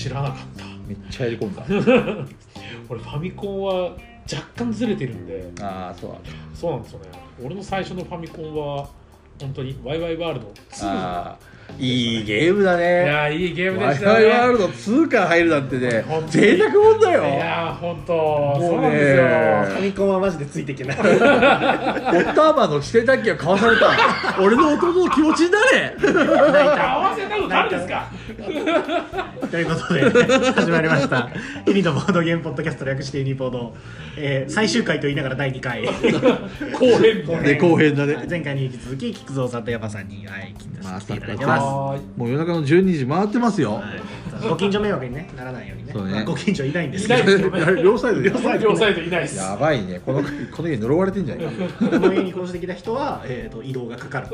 知らなかった。 めっちゃやり込んだ俺ファミコンは若干ずれてるんで。 ああそうなんですよね。俺の最初のファミコンは本当にワイワイワールド2。 あいいゲームだね。 いやいいゲームでしたね。 ワイワイワールド2から入るなんてね贅沢もんだよ。 いや本当そうなんですよ。 ファミコンはマジでついていけないホッターマンの指定卓球を買わされた俺の弟の気持ちになれ合わせたの誰ですかということで始まりましたユニとボードゲームポッドキャスト略してユニポード、最終回と言いながら第2回後編みたいなで後編だね。 前回に引き続き菊蔵さんと山さんに、来ていただいてます。 もう夜中の12時回ってますよ、 ご近所迷惑に、ならないようにね。 そうねご近所いないんですいけどないですよね。 両サイド両サイドいないです。 やばいねこの家呪われてんじゃないかこの家に越してきた人は、移動がかかる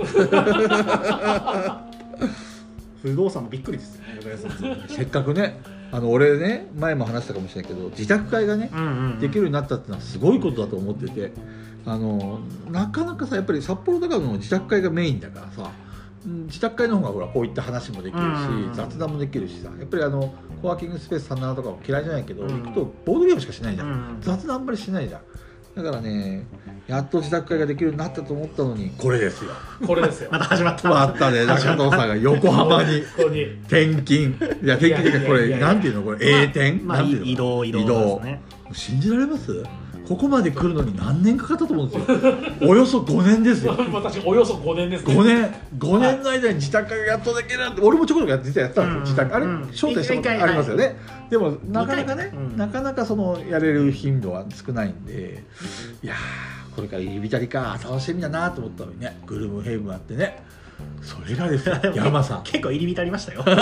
不動産もびっくりですよねせっかくね俺ね前も話したかもしれないけど自宅会がね、できるようになったってのはすごいことだと思っててなかなかさやっぱり札幌とかの自宅会がメインだからさ自宅会の方がほらこういった話もできるし、雑談もできるしさやっぱりコワーキングスペース37とかも嫌いじゃないけど、行くとボードゲームしかしないじゃん、雑談あんまりしないじゃん。だからねやっと自宅会ができるようになったと思ったのにこれですよ。 これですよ。 また始まった。 あったね中藤さんが横浜に転勤いや転勤ってこれなんていうのこれ栄転なんていうの移動ですね。 信じられます？ここまで来るのに何年かかったと思うんですよ。およそ5年ですよ。 私およそ5年ですね。 5年の間に自宅会がやっとできるなんて俺もちょこちょこ実はやってたんですよ。自宅あれ招待したことありますよね。でもなかなかねなかなかそのやれる頻度は少ないんで、いやーこれから入り浸りか楽しみだなと思ったのにねグルムヘイムあってねそれがですよ山さん結構入り浸りましたよい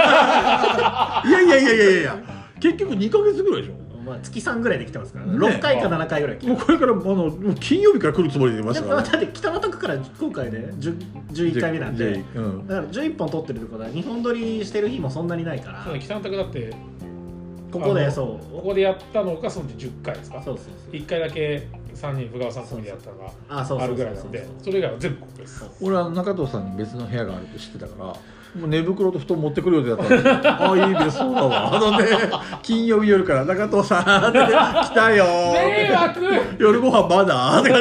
や結局2ヶ月ぐらいでしょ。 月3ぐらいで来てますから、ね、6回か7回ぐらい来てもうこれからもう金曜日から来るつもりでいましたから、 だって北の区から今回で11回目なんで、だから11本取ってるってことは2本撮りしてる日もそんなにないからそう北の区だってここでここでやったのがその10回ですか。 そう 1回だけ3人深川さんとでやったのがあるぐらいなんでそれ以外は全部ここです。 俺は中藤さんに別の部屋があると知ってたからもう寝袋と布団持ってくる予定だったんですよああいい別そうだわ金曜日夜から中藤さんって来たよ迷惑夜ご飯まだって感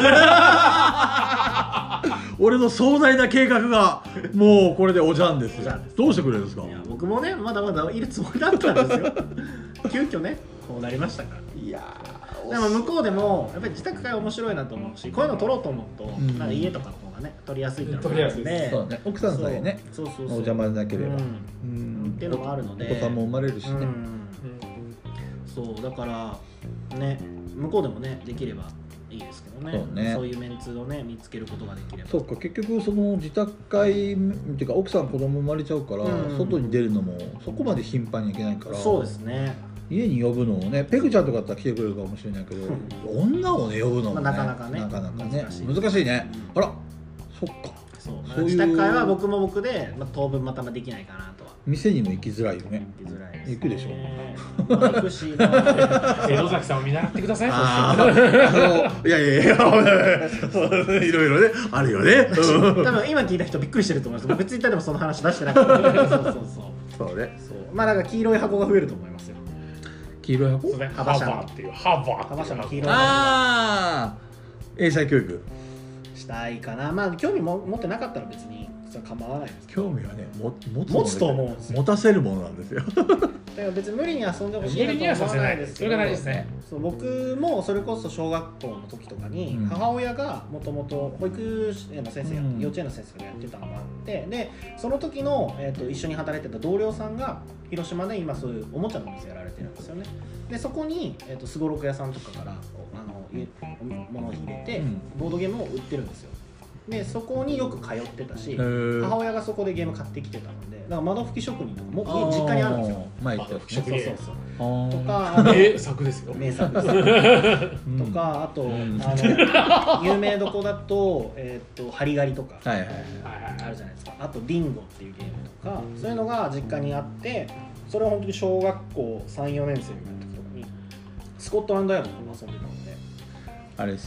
じ俺の壮大な計画がもうこれでおじゃんですよ。どうしてくれるんですか。 いや僕もねまだまだいるつもりだったんですよ急遽ねこうなりましたから。 いやでも向こうでもやっぱり自宅会面白いなと思うしこういうの撮ろうと思うと、なんか家とかの方がね撮りやすいっていうのがあるんで、 そうね奥さんさえねそうお邪魔なければ、 っていうのもあるのでお子さんも生まれるしね、 そうだからね向こうでもねできればいいですけどね。そういうメンツをね見つけることができれば。 そうか結局その自宅会っていうか奥さん子供生まれちゃうから、外に出るのもそこまで頻繁にいけないから。 そうですね。 家に呼ぶのをねペグちゃんとかだったら来てくれるかもしれないけど、女をね呼ぶのもね、 なかなかね難しいね、あらそっかそう自宅会は僕も僕で、当分またできないかなとは。 店にも行きづらいよね。 行きづらいです、ね、 行くでしょ行くし野崎さんを見習ってください。 いやいろいろねあるよね。 多分今聞いた人びっくりしてると思います。僕ツイッターでもその話出してなくてそうね。 まあなんか黄色い箱が増えると思いますよ。 黄色い箱？ ハバーっていうハバーの黄色い箱。 ああ英才教育したいかな。まあ興味も持ってなかったら別に構わないですけど。 興味はね持つと思うんですよ。 持たせるものなんですよ。 だから別に無理に遊んでほしいなとは思わないですけど。 それが大事ですね。 そう僕もそれこそ小学校の時とかに母親がもともと保育園の先生、幼稚園の先生がやってたのがあってでその時の、一緒に働いてた同僚さんが広島で今そういうおもちゃの店やられてるんですよね。でそこにすごろく屋さんとかから物を入れて、ボードゲームを売ってるんですよ。でそこによく通ってたし母親がそこでゲーム買ってきてたのでだから窓拭き職人とかも実家にあるんですよ。 前言ったやつね。 そうとか名作ですよ。 名作ですとかあと有名どこだとハリガリとかあるじゃないですか。あとディンゴっていうゲームとかそういうのが実家にあってそれは本当に小学校 3,4 年生みたいな時とかにスコットランドヤードとかも遊んでたのであれですよ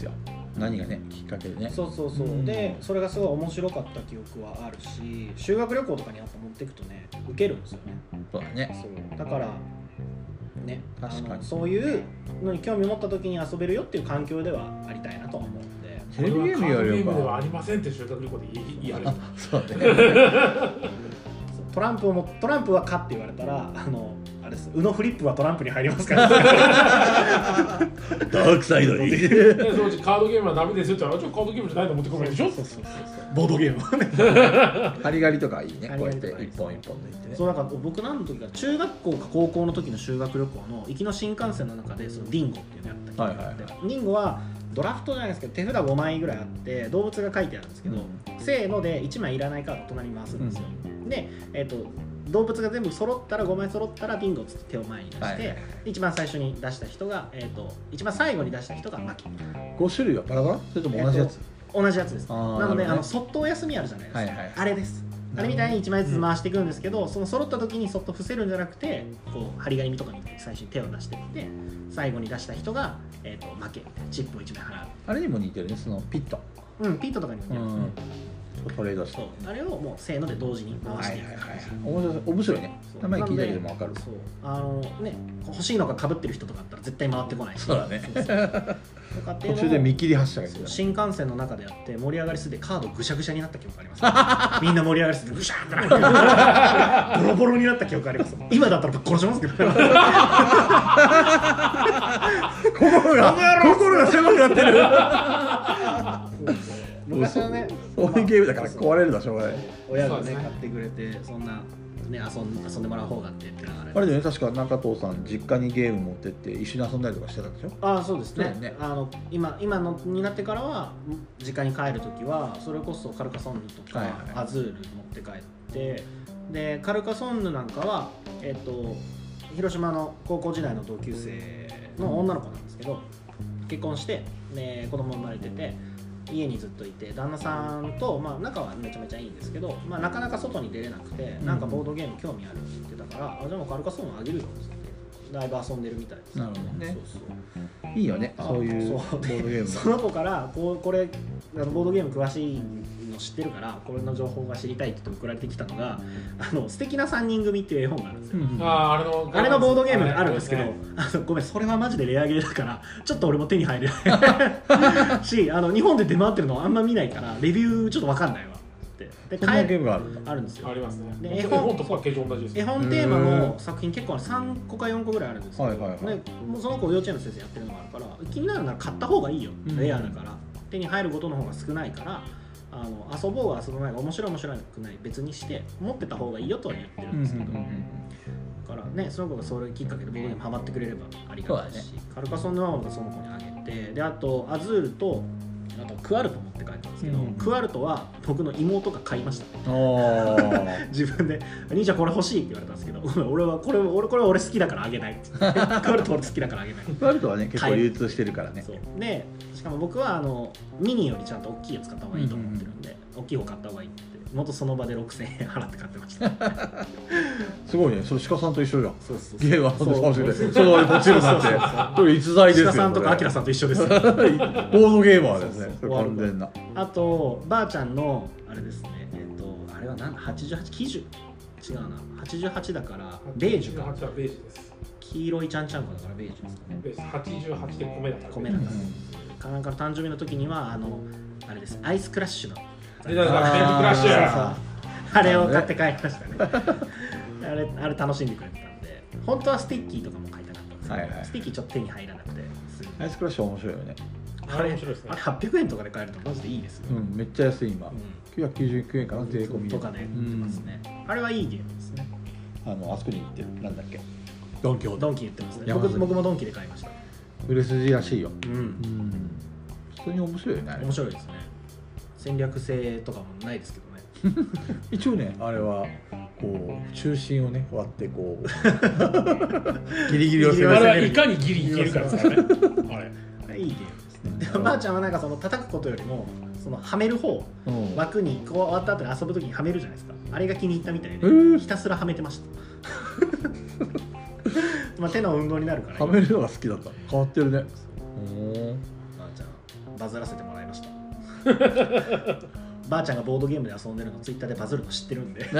何がねきっかけでね。 そうそうそう、でそれがすごい面白かった記憶はあるし、修学旅行とかにやっぱ持っていくとねウケるんですよね。 そうだね。 そうだからね、 確かにそういうのに興味を持った時に遊べるよっていう環境ではありたいなとは思うんで。 テレビゲームやれば。 ゲームではありませんって修学旅行で言われる。 そうね。 トランプはかって言われたらあれです。ウノフリップはトランプに入りますから。ダークサイドに。 そのうちカードゲームはダメですよって言ったら、カードゲームじゃないと持ってこないでしょ。 そうボードゲームはね。 ハリガリとかいいね。こうやって一本一本でいってね。 そうだから僕何の時か中学校か高校の時の修学旅行の行きの新幹線の中でそのディンゴっていうのやったりとかあって、ディンゴはドラフトじゃないですけど手札5枚ぐらいあって動物が書いてあるんですけど、せーので1枚いらないカードを隣に回すんですよ。で動物が全部揃ったら5枚揃ったらビンゴっつって手を前に出して、一番最初に出した人が、一番最後に出した人が負け。 5種類はバラバラ？それとも同じやつ？ 同じやつです。なのでそっとお休みあるじゃないですか、あれです。あれみたいに1枚ずつ回していくんですけど、その揃った時にそっと伏せるんじゃなくてこう針金とかに最初に手を出していって最後に出した人が、負け、チップを1枚払う。 あれにも似てるね、そのピット。 ピットとかにも似てる。 トレードしてあれをもうせーので同時に回していく。 面白いね。名前聞いたけども分かる。 そうね、欲しいのが被ってる人とかあったら絶対回ってこないし。 そうだね。途中で見切り発車がいる。 新幹線の中でやって盛り上がりすぎてカードぐしゃぐしゃになった記憶あります。みんな盛り上がりすぎてぐしゃーってなってボロボロになった記憶あります。今だったら殺しますけど。心が狭くなってる。昔はね、 そういうゲームだから壊れるだしょうがない。 親がね買ってくれてそんなね遊んでもらう方がって言ってながら。 あれでね、確か中藤さん実家にゲーム持ってって一緒に遊んだりとかしてたでしょ。 ああ、そうですね。今のになってからは実家に帰るときはそれこそカルカソンヌとかアズール持って帰って、でカルカソンヌなんかは広島の高校時代の同級生の女の子なんですけど、結婚してで子供生まれてて家にずっといて、旦那さんと、仲はめちゃめちゃいいんですけど、なかなか外に出れなくて、なんかボードゲーム興味あるって言ってたから、じゃあもうカルカソンヌあげるよってだいぶ遊んでるみたいです。 なるほどね。いいよね、そういうボードゲーム。 その子からこれボードゲーム詳しいの知ってるからこれの情報が知りたいって言って送られてきたのが素敵な3人組っていう絵本があるんですよ。あれのボードゲームがあるんですけど、ごめんそれはマジでレアゲーだからちょっと俺も手に入れないし、日本で出回ってるのあんま見ないからレビューちょっと分かんないわってでそんなゲームがあるんですよ。 ありますね。 で絵本とパッケージ同じです。 絵本テーマの作品結構3個か4個ぐらいあるんですけど、もうその子幼稚園の先生やってるのがあるから気になるなら買った方がいいよ、レアだから手に入ることの方が少ないから遊ぼうが遊ばないが面白くない別にして持ってた方がいいよとは言ってるんですけど、だからねその子がそれきっかけでボードゲームハマってくれればありがたいし、カルカソンヌはその子にあげて、であとアズールとあとクアルト持って帰ったんですけど、クアルトは僕の妹が買いましたね。自分で兄ちゃんこれ欲しいって言われたんですけど、俺はこれ俺好きだからあげないってクアルト俺好きだからあげない。 クアルトはね結構流通してるからね。 そうでしかも僕はミニよりちゃんと大きいやつ買った方がいいと思ってるんで、大きい方買った方がいいって元その場で6000円払って買ってました。 すごいね、それ鹿さんと一緒じゃん。 そうそうゲームはそうこっちになってこれ逸材ですよ。 鹿さんとかアキラさんと一緒ですよ。ボードゲーマーですね。完全な。 あとばあちゃんのあれですね、あれは何88、90違うな、88だからベージュか。 88はベージュです。 黄色いちゃんちゃんこだからベージュですかね。 ベージュ88で米だから。 米だから。なんかの誕生日の時にはあれです、アイスクラッシュの。 クラッシュ。 あれを買って帰りましたね。あれ楽しんでくれてたんで、本当はスティッキーとかも買いたかったんですけど、スティッキーちょっと手に入らなくて。 アイスクラッシュ面白いよね。 あれ800円とかで買えるとマジでいいですよ。 めっちゃ安い今。999円かな、税込みとかで売ってますね。あれはいいゲームですね。 あそこに行ってるなんだっけ、ドンキ売ってますね。僕もドンキで買いました。 売れ筋らしいよ。普通に面白いよね。 面白いですね。戦略性とかもないですけどね。 一応ね、あれはこう中心をね割ってこうギリギリを攻める。 あれはいかにギリいけるかですからね。 あれいいゲームですね。でばあちゃんはなんかその叩くことよりもそのはめる方、枠にこう終わった後に遊ぶ時にはめるじゃないですか。あれが気に入ったみたいでひたすらはめてました。手の運動になるから。 はめるのが好きだった。変わってるね。 ばあちゃんバズらせてもばあちゃんがボードゲームで遊んでるのツイッターでバズるの知ってるんで知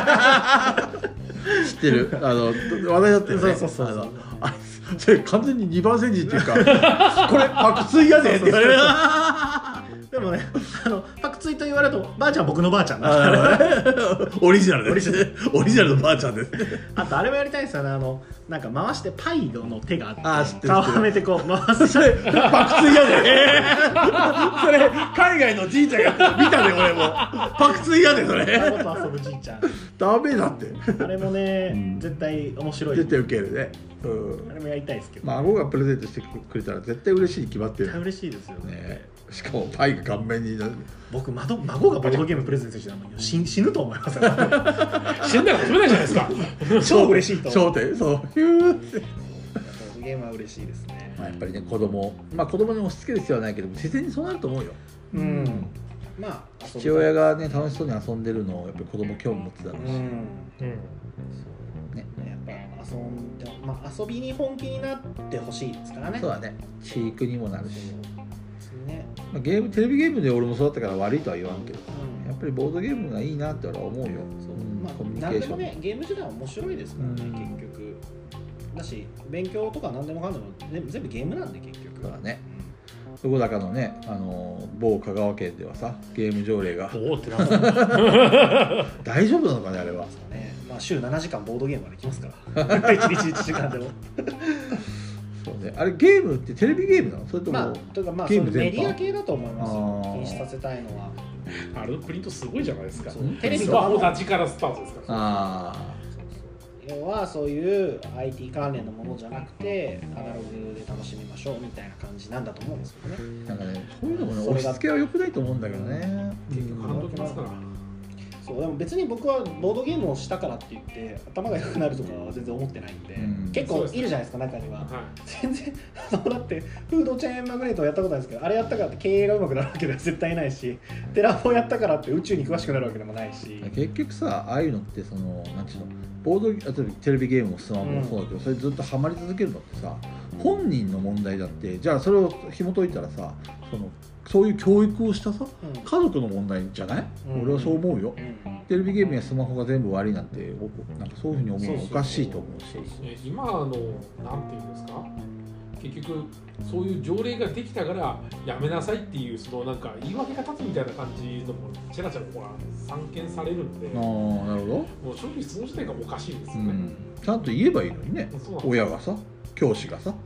ってる話題だったよね。 そうそれ完全に2番煎じっていうかこれ白水やでって言われるでもね白水と言われるとばあちゃんは僕のばあちゃんだからオリジナルですオリジナルのばあちゃんですあとあれもやりたいんですよねなんか回してパイの手があって顔はめてこう回すそれ白水やでそれ海外のじいちゃんが見たで俺も白水やでそれあの子と遊ぶじいちゃんダメだってあれもね、絶対面白い絶対ウケるね、 あれもやりたいですけど孫がプレゼントしてくれたら絶対嬉しいに決まってる絶対嬉しいですよ ねしかもパイが顔面に僕孫がボードゲームプレゼントしてたのに死ぬと思いますよ死んだら遊べないじゃないですか超嬉しいと焦点そうヒューってボードゲームは嬉しいですね、 やっぱりね子供に押し付ける必要はないけど自然にそうなると思うよまあ父親がね楽しそうに遊んでるのをやっぱり子供興味持ってたろうし、 ね、やっぱ遊びに本気になってほしいですからね。 そうだね飼育にもなるし、 ねテレビゲームで俺もそうだったから悪いとは言わんけど、やっぱりボードゲームがいいなって俺は思うよ。 コミュニケーション何でもねゲーム自体は面白いですからね、結局だし勉強とか何でもかんでも全部ゲームなんで結局そうだね。どこだかのね、某香川県ではさゲーム条例が大丈夫なのかねあれは、 週7時間ボードゲームができますから1日1時間でもそうね、あれゲームってテレビゲームなのそれとも、 というかゲームメディア系だと思いますよ。禁止させたいのはあれプリントすごいじゃないですか。 テレビスマホ立ちからスタートですから。 要はそういう IT 関連のものじゃなくてアナログで楽しみましょうみたいな感じなんだと思うんですけどね。 なんかねそういうのもね押し付けは良くないと思うんだけどね。 結局反動きますから。 そうでも別に僕はボードゲームをしたからって言って頭が良くなるとかは全然思ってないんで、結構いるじゃないですか中には、全然だってフードチェーンマグネートをやったことないですけどあれやったからって経営がうまくなるわけでは絶対ないしテラフォーやったからって宇宙に詳しくなるわけでもないし結局さああいうのってそのなんていうのボードテレビゲームもスマホもそうだけど、それずっとハマり続けるのってさ本人の問題だってじゃあそれを紐解いたらさそういう教育をしたさ、家族の問題じゃない、俺はそう思うよ、テレビゲームやスマホが全部悪いなんてなんかそういうふうに思うのおかしいと思うし今なんていうんですか結局そういう条例ができたからやめなさいっていうなんか言い訳が立つみたいな感じのもちらちら散見されるんでなるほどもう正直その時点がおかしいですよね、 ちゃんと言えばいいのにね親がさ教師がさ、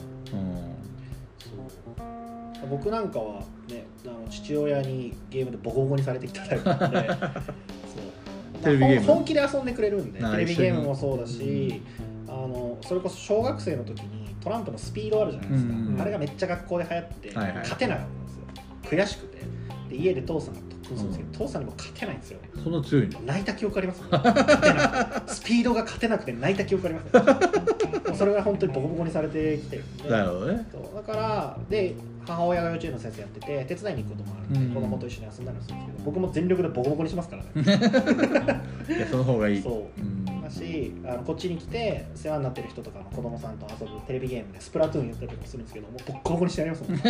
僕なんかはね父親にゲームでボコボコにされてきたタイプなんでテレビゲーム本気で遊んでくれるんでテレビゲームもそうだし、それこそ小学生の時にトランプのスピードあるじゃないですか、あれがめっちゃ学校で流行って勝てなかったんですよ、悔しくてで家で父さんが特訓するんですけど、父さんにも勝てないんですよ。 そんな強いの？ 泣いた記憶あります、勝てないスピードが勝てなくて泣いた記憶ありますもうそれが本当にボコボコにされてきてるんで、 なるほどね。 だからで母親が幼稚園の先生やってて手伝いに行くこともあるんで、子供と一緒に遊んだりもするんですけど僕も全力でボコボコにしますからねいやその方がいい。 そうだしこっちに来て世話になってる人とかの子供さんと遊ぶテレビゲームでスプラトゥーンやったりとかするんですけどもうボッコボコにしてやりますもん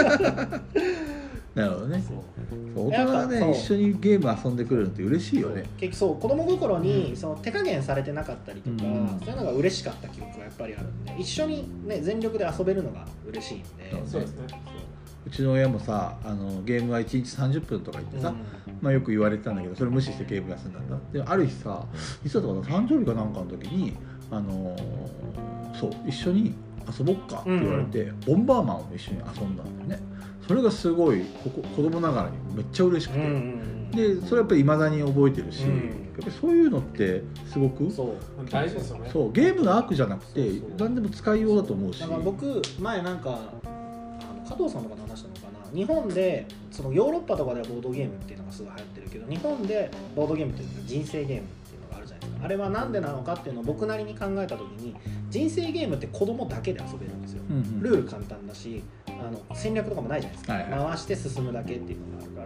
なるほどね。大人がね一緒にゲーム遊んでくれるのって嬉しいよね。 結局そう子供心に手加減されてなかったりとか、そういうのが嬉しかった記憶がやっぱりあるんで一緒にね全力で遊べるのが嬉しいんで。 そうですね。 うちの親もさゲームは1日30分とか言ってさ、よく言われてたんだけどそれ無視してゲーム休んだんだ。である日さいつだったかな誕生日かなんかの時にそう一緒に遊ぼっかって言われて、ボンバーマンを一緒に遊んだんだよね。それがすごい子供ながらにめっちゃ嬉しくて、でそれはやっぱり未だに覚えてるし、やっぱりそういうのってすごく大事ですよね。 そうゲームの悪じゃなくて何でも使いようだと思うし。 だから僕前なんか加藤さんとかの話したのかな、日本でヨーロッパとかではボードゲームっていうのがすごい流行ってるけど日本でボードゲームっていうのは人生ゲームっていうのがあるじゃないですか。あれはなんでなのかっていうのを僕なりに考えた時に人生ゲームって子供だけで遊べるんですよ、ルール簡単だし戦略とかもないじゃないですか、回して進むだけっていうのがあるから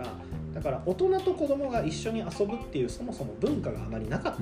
だから大人と子供が一緒に遊ぶっていうそもそも文化があまりなかった、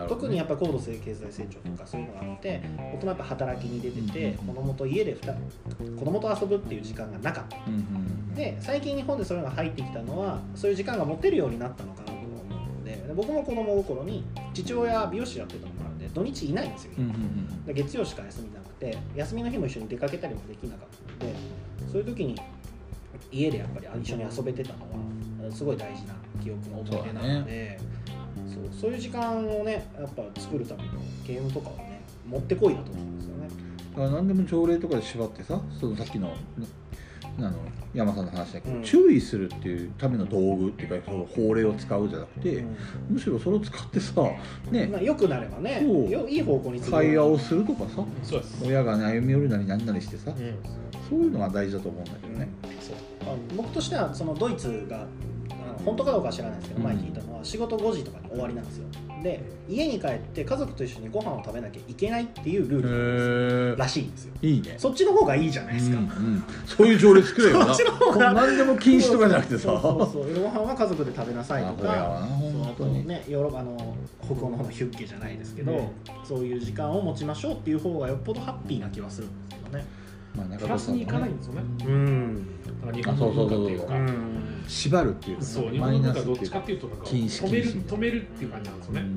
特にやっぱ高度経済成長とかそういうのがあって、大人はやっぱ働きに出てて、子供と家で子供と遊ぶっていう時間がなかった、で最近日本でそういうのが入ってきたのはそういう時間が持てるようになったのかなと思うので、僕も子供心に父親美容師やってたのもあるんで土日いないんですよ、で月曜しか休みなくて、休みの日も一緒に出かけたりもできなかったので、そういう時に家でやっぱり一緒に遊べてたのはすごい大事な記憶の思い出なので、そういう時間をねやっぱ作るためのゲームとかをね持ってこいだと思うんですよね。 だから何でも条例とかで縛ってさ、そのさっきの山さんの話だけど、注意するっていうための道具っていうか、その法令を使うじゃなくて、むしろそれを使ってさ、ね、 良くなればね、いい方向に会話をするとかさ、親が、ね、歩み寄るなり何なりしてさ、そういうのが大事だと思うんだけどね。 僕としてはそのドイツが本当かどうかは知らないですけど、前聞いたのは仕事5時とかに終わりなんですよ。で家に帰って家族と一緒にご飯を食べなきゃいけないっていうルールらしいんですよ。 いいね。 そっちの方がいいじゃないですか、 そういう条例作れよな。 そっちの方が何でも禁止とかじゃなくてさ、 そう夜ご飯は家族で食べなさいとか、 本当にね、ヨーロッパ北欧の方のヒュッゲじゃないですけど、そういう時間を持ちましょうっていう方がよっぽどハッピーな気はするんですけどね。 プラスにいかないんですよね。日本の文化っていうか、 縛るっていうか、 そう日本の文化どっちかっていうとなんか止めるっていう感じなんですよね。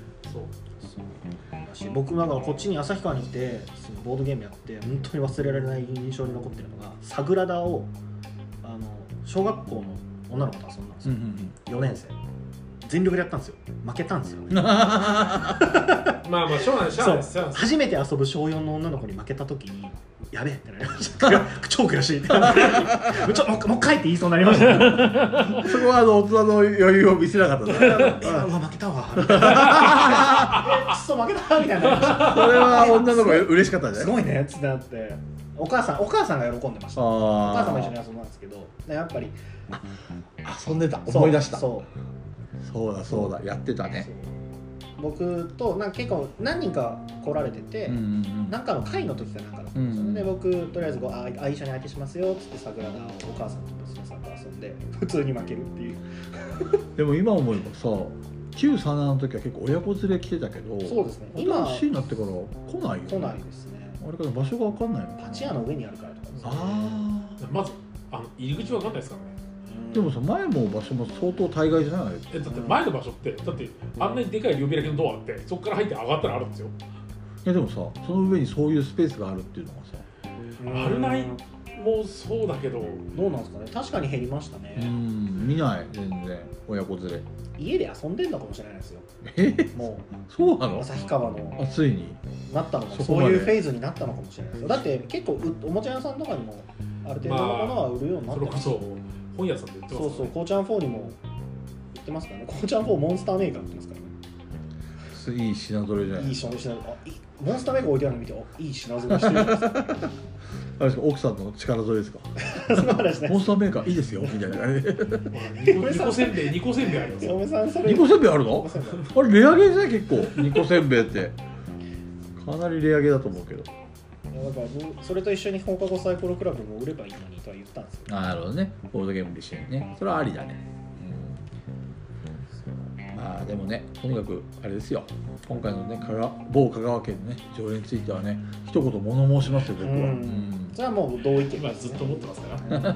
そう僕なんかこっちに旭川に来てボードゲームやって本当に忘れられない印象に残ってるのが、サグラダを小学校の女の子と遊んだんですよ、4年生全力でやったんですよ。負けたんですよまあしょうがないですよ。初めて遊ぶ小4の女の子に負けた時にやべえってなりました超悔しいってもう帰って言いそうになりましたそこは大人の余裕を見せなかったねうわ負けたわくそ負けたみたいなそれは女の子嬉しかったんじゃない？ すごいねってなって、お母さんが喜んでました。お母さんも一緒に遊んだんですけど、やっぱり遊んでた、思い出した。 そうだやってたね。 僕と結構何人か来られてて、なんかの会の時かなんかだったんですよね。で僕とりあえず一緒に相手しますよっつってサグラダをお母さんと娘さんと遊んで普通に負けるっていうでも今思えばさ、旧37の時は結構親子連れ来てたけど、 そうですね、 今新しいになってから来ないよね。 来ないですね。 あれから場所が分かんないのかな。 パチ屋の上にあるからとかですね。 まず入り口分かんないですからね。 でもさ、前も場所も相当大概じゃない？ だって前の場所ってだってあんなにでかい両開きのドアあってそこから入って上がったらあるんですよ。 いやでもさ、その上にそういうスペースがあるっていうのがさ、 あるないもそうだけど、 どうなんですかね。確かに減りましたね。 見ない全然親子連れ。 家で遊んでんのかもしれないですよ。もうそうなの？ 旭川のついになったのもそういうフェーズになったのかもしれないですよ。だって結構おもちゃ屋さんとかにもある程度のものは売るようになってます。 それこそ本屋さんで売ってますからね。 そうコーチャン4にも売ってますからね。コーチャン4モンスターメーカー売ってますからね。 いい品揃えじゃない。 いい品揃え。モンスターメーカー置いてあるの見て、いい品揃えしてるんですあれですか、奥さんの力添えですか？ その話ね。 モンスターメーカーいいですよみたいな感じで。 2個せんべいあるんですよ。 2個せんべいあるの？あれレアゲーじゃない結構。2個せんべいってかなりレアゲーだと思うけど。 だからそれと一緒に放課後サイコロクラブも売ればいいのにとは言ったんですよ。 なるほどね。ボードゲームで一緒にね。それはありだね。まあでもね、とにかくあれですよ。今回のね、某香川県のね条例についてはね、一言物申しますよ僕は。 それはもう同意見今ずっと思ってますからそれは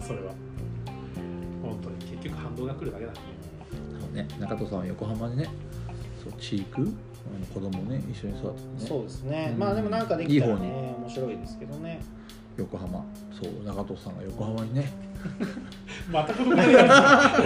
本当に結局反動が来るだけだね。中戸さんは横浜にね、チーク子供ね一緒に育ってね。 そうですね。まあでもなんかできたらね面白いですけどね。 横浜、そう中戸さんが横浜にね。 また子供がいるんです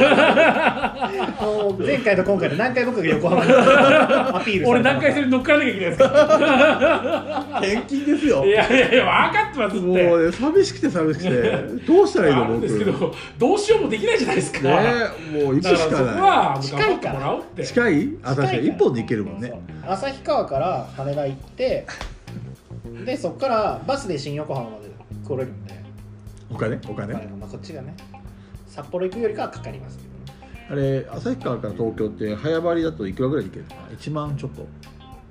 よ。前回と今回で何回僕が横浜にアピール俺何回それに乗っからなきゃいけないですか？ 返金ですよ。 いや分かってますって。 もうね、寂しくて寂しくてどうしたらいいの僕。 ですけどどうしようもできないじゃないですか。 ね、もう行くしかない。 そこは近いから。 近い？確かに一本で行けるもんね。 旭川から羽田行ってでそこからバスで新横浜まで来れるんで。 お金、 まあこっちがね札幌行くよりかはかかりますけどね。 あれ旭川から東京って早張りだといくらぐらいで行けるのかな？1万ちょっと。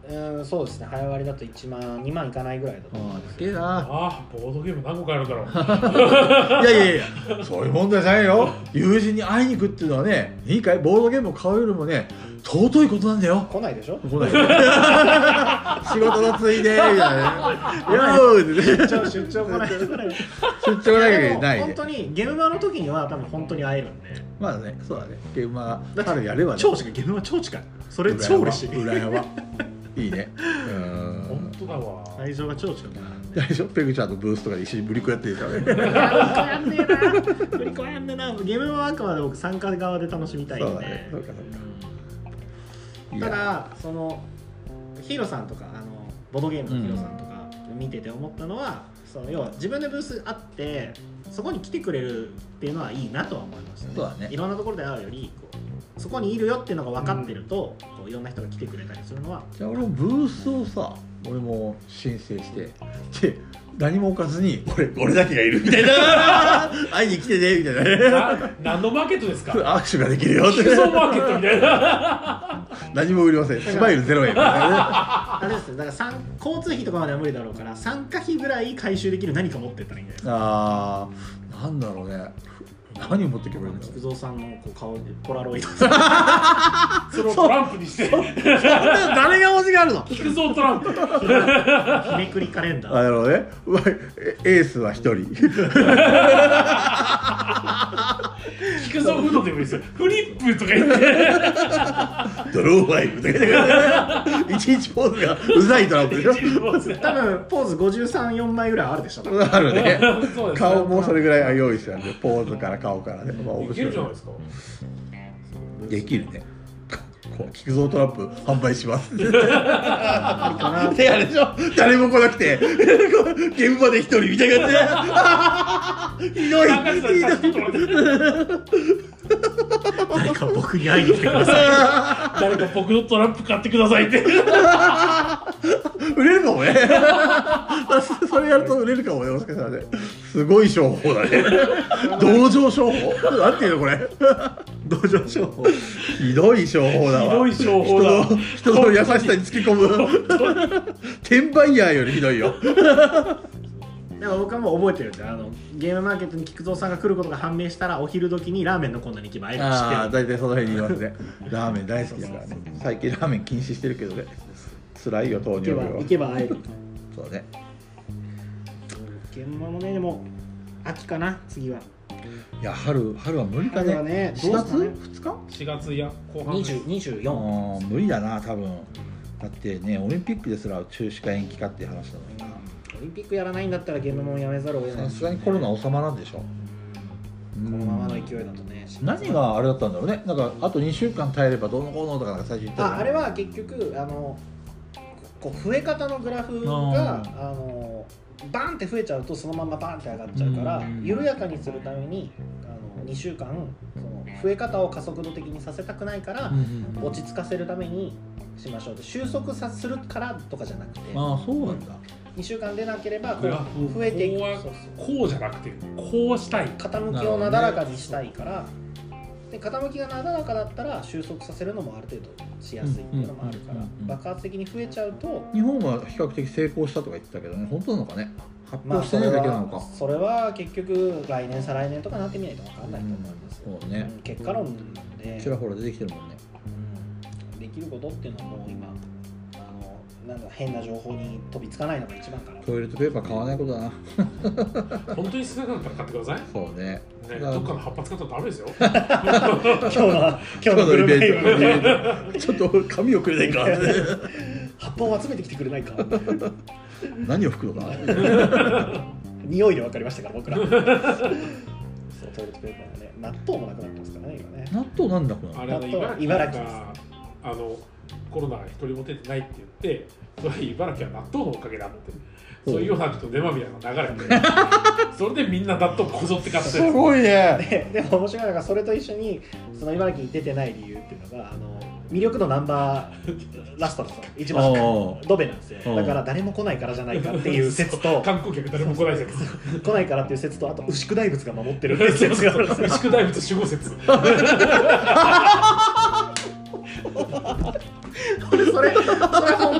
そうですね、早割りだと1万2万いかないぐらいだと思うんですけえな。 ボードゲーム何個かやるんだろう。 いやそういう問題じゃないよ。友人に会いに行くっていうのはね、いいかい、ボードゲームを買うよりもね尊いことなんだよ。 来ないでしょ。 来ない仕事のついでみたいなね。 出張来ないぐらい。 出張だけないで。 本当にゲームマの時には多分本当に会えるんで。 まあね、そうだね。ゲームマ春やればね。 超近い、ゲームマ超近い。それ超嬉しい。 裏山。いいね。 本当だわ。 会場が超近くなるんで。 大丈夫、ペグちゃんのブースとかで一緒にブリコやってるからね。 やんねえな。ブリコやんねえな。ゲームマはあくまで僕参加側で楽しみたいんで。 そうだね。そうか。 ただそのヒーローさんとかボードゲームのヒーローさんとか見てて思ったのは、その要は自分でブースあってそこに来てくれるっていうのはいいなとは思いましたね。 そうだね。 いろんなところで会うよりそこにいるよっていうのが分かってると、こういろんな人が来てくれたりするのは。 じゃあ俺もブースをさ、俺も申請してで何も置かずに俺だけがいるみたいな会いに来てねみたいな何のマーケットですか。 握手ができるよって。 菊蔵マーケットみたいな。 何も売りません、スマイル0円みたいなね。 あれですね、だから交通費とかまでは無理だろうから参加費ぐらい回収できる何か持ってったらいいんじゃないですか。 なんだろうね、何を持ってけばいいんだろう。 菊蔵さんのこう顔でポラロイドそれをトランプにして誰が欲しがるの。 菊蔵トランプ。 日めくりカレンダー。 なるほどね。エースは1人菊蔵フードでもいいですよ。フリップとか言ってドローファイブとか言っていちいちポーズがうざいトランプでしょ。 多分ポーズ53、4枚ぐらいあるでしょ。 あるね。 そうですね。 顔もそれぐらい用意してあるんで、ポーズから顔からね。まあ面いけるじゃない白い。 ですか。 できるね。菊蔵トランプ販売します。 ありかな。 であれでしょ、誰も来なくて現場で一人みたいな感じでひどい誰か僕に会いに来てください。 誰か僕のトランプ買ってくださいって。 売れるかもね。それやると売れるかもね、もしかしたらね。すごい商法だね。同情商法なんていうのこれ。 同情商法。 ひどい商法だわ。 ひどい商法だ。 人の優しさにつけ込む。転売ヤーよりひどいよ。 でも僕はもう覚えてるんで、ゲームマーケットに菊蔵さんが来ることが判明したらお昼時にラーメンのコーナーに行けば会えるの知ってる。 大体その辺にいますね。ラーメン大好きだからね。最近ラーメン禁止してるけどね。辛いよ、糖尿病は。 行けば会える。 そうね。 現場もね、でも秋かな、次は。 いや、春は無理か春はね。 ね、 4月どうすかね。 2日 4月や後半です。 24。 無理だな、多分。だってね、オリンピックですら中止か延期かっていう話なのにな。 オリンピックやらないんだったらゲームもやめざるを得ない。 さすがにコロナ収まらんでしょ。 このままの勢いだとね。 何があれだったんだろうね。なんかあと2週間耐えればどうのこうのとかなんか最初言ったあれは結局こう増え方のグラフがバンって増えちゃうとそのままバンって上がっちゃうから緩やかにするために2週間その増え方を加速度的にさせたくないから落ち着かせるためにしましょうって、収束さするからとかじゃなくて、 そうなんだ。 2週間出なければこグラフう増えていく、 こうじゃなくてこうしたい。 傾きをなだらかにしたいから、で傾きがなだらかだったら収束させるのもある程度しやすいっていうのもあるから爆発的に増えちゃうと。 日本は比較的成功したとか言ってたけどね、本当なのかね。発表してないだけなのか。 それは結局来年再来年とかなってみないと分かんないと思いますよ。 そうね。 結果論でちらほら出てきてるもんね。 できることっていうのはもう今なんか変な情報に飛びつかないのが一番かな。 トイレットペーパー買わないことだな。 本当に少なかったら買ってください。 そうね。 どっかの葉っぱ使ったらダメですよ。 今日のグルメイベントちょっと紙をくれないか。 葉っぱを集めてきてくれないか。 何を吹くのかな。 匂いで分かりましたから僕ら。そうトイレットペーパーはね、納豆もなくなってますからね今ね。 納豆なんだこれ。 あれ茨城がコロナが一人も出てないって言って、それ茨城は納豆のおかげだって、そういうようなちょっとデマビアが流れて、それでみんな納豆こぞって買ってる。 すごいね。 でも面白いのがそれと一緒にその茨城に出てない理由っていうのが魅力度ナンバーラストの一番ドベなんですよ。だから誰も来ないからじゃないかっていう説と観光客誰も来ない説、 来ないからっていう説と、あと牛久大仏が守ってるっていう説があるんですよ。 牛久大仏守護説。 それ本当だった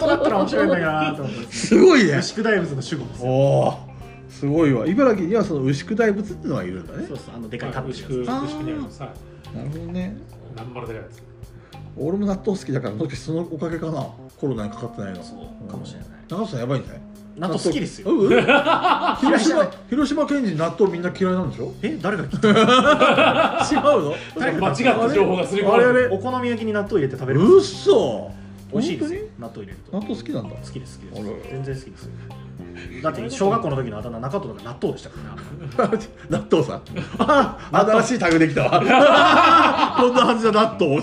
白いんだなと思ってすごいね。 牛久大仏の守護ですよ。 おお、すごいわ。茨城にはその牛久大仏っていうのがいるんだね。 そうそう、でかいカップ牛久にあります。はい。 なるほどね。 なんまらでかいやつ。 俺も納豆好きだから、もしかしてそのおかげかな。コロナにかかってないの。 そうかもしれない。 長瀬さんやばいんじゃない？ 納豆好きですよ。 広島県人納豆みんな嫌いなんでしょ？ 誰が聞いたの？ 違うの？ 間違った情報がすり込まれてる。 お好み焼きに納豆入れて食べる。 うっそ。 美味しいですよ。納豆入れると。 納豆好きなんだ。 好きです好きです。全然好きですよ。だって小学校の時のあだ名中戸とか納豆でしたからね。 納豆さん。新しいタグできたわ。こんなはずじゃ納豆。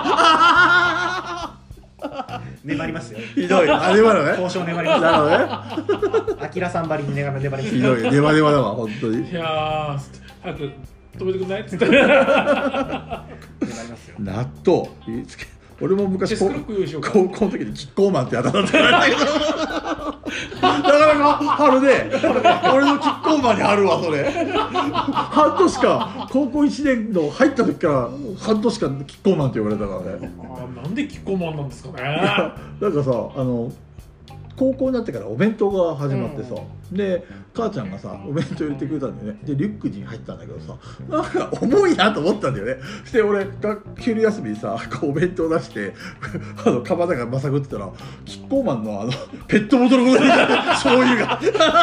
粘りますよ。 ひどい。あ、粘るね。 交渉粘ります。 なるほどね。 アキラさんばりに粘ります。 ひどい。ネバネバだわ、本当に。 いやー、早く止めてくんないっつって。 粘りますよ。 納豆。俺も昔高校の時にキッコーマンってあだ名だったんだけど、なかなか春で、俺のキッコーマンにあるわそれ。半年間、高校1年の入った時から半年間キッコーマンって呼ばれたからね。 なんでキッコーマンなんですかね。 なんかさ、高校になってからお弁当が始まってさ、で母ちゃんがさお弁当入れてくれたんだよね。でリュックに入ったんだけどさ、なんか重いなと思ったんだよね。で俺昼休みにさこうお弁当出してカバンの中まさぐってたらキッコーマンのペットボトルごとに醤油が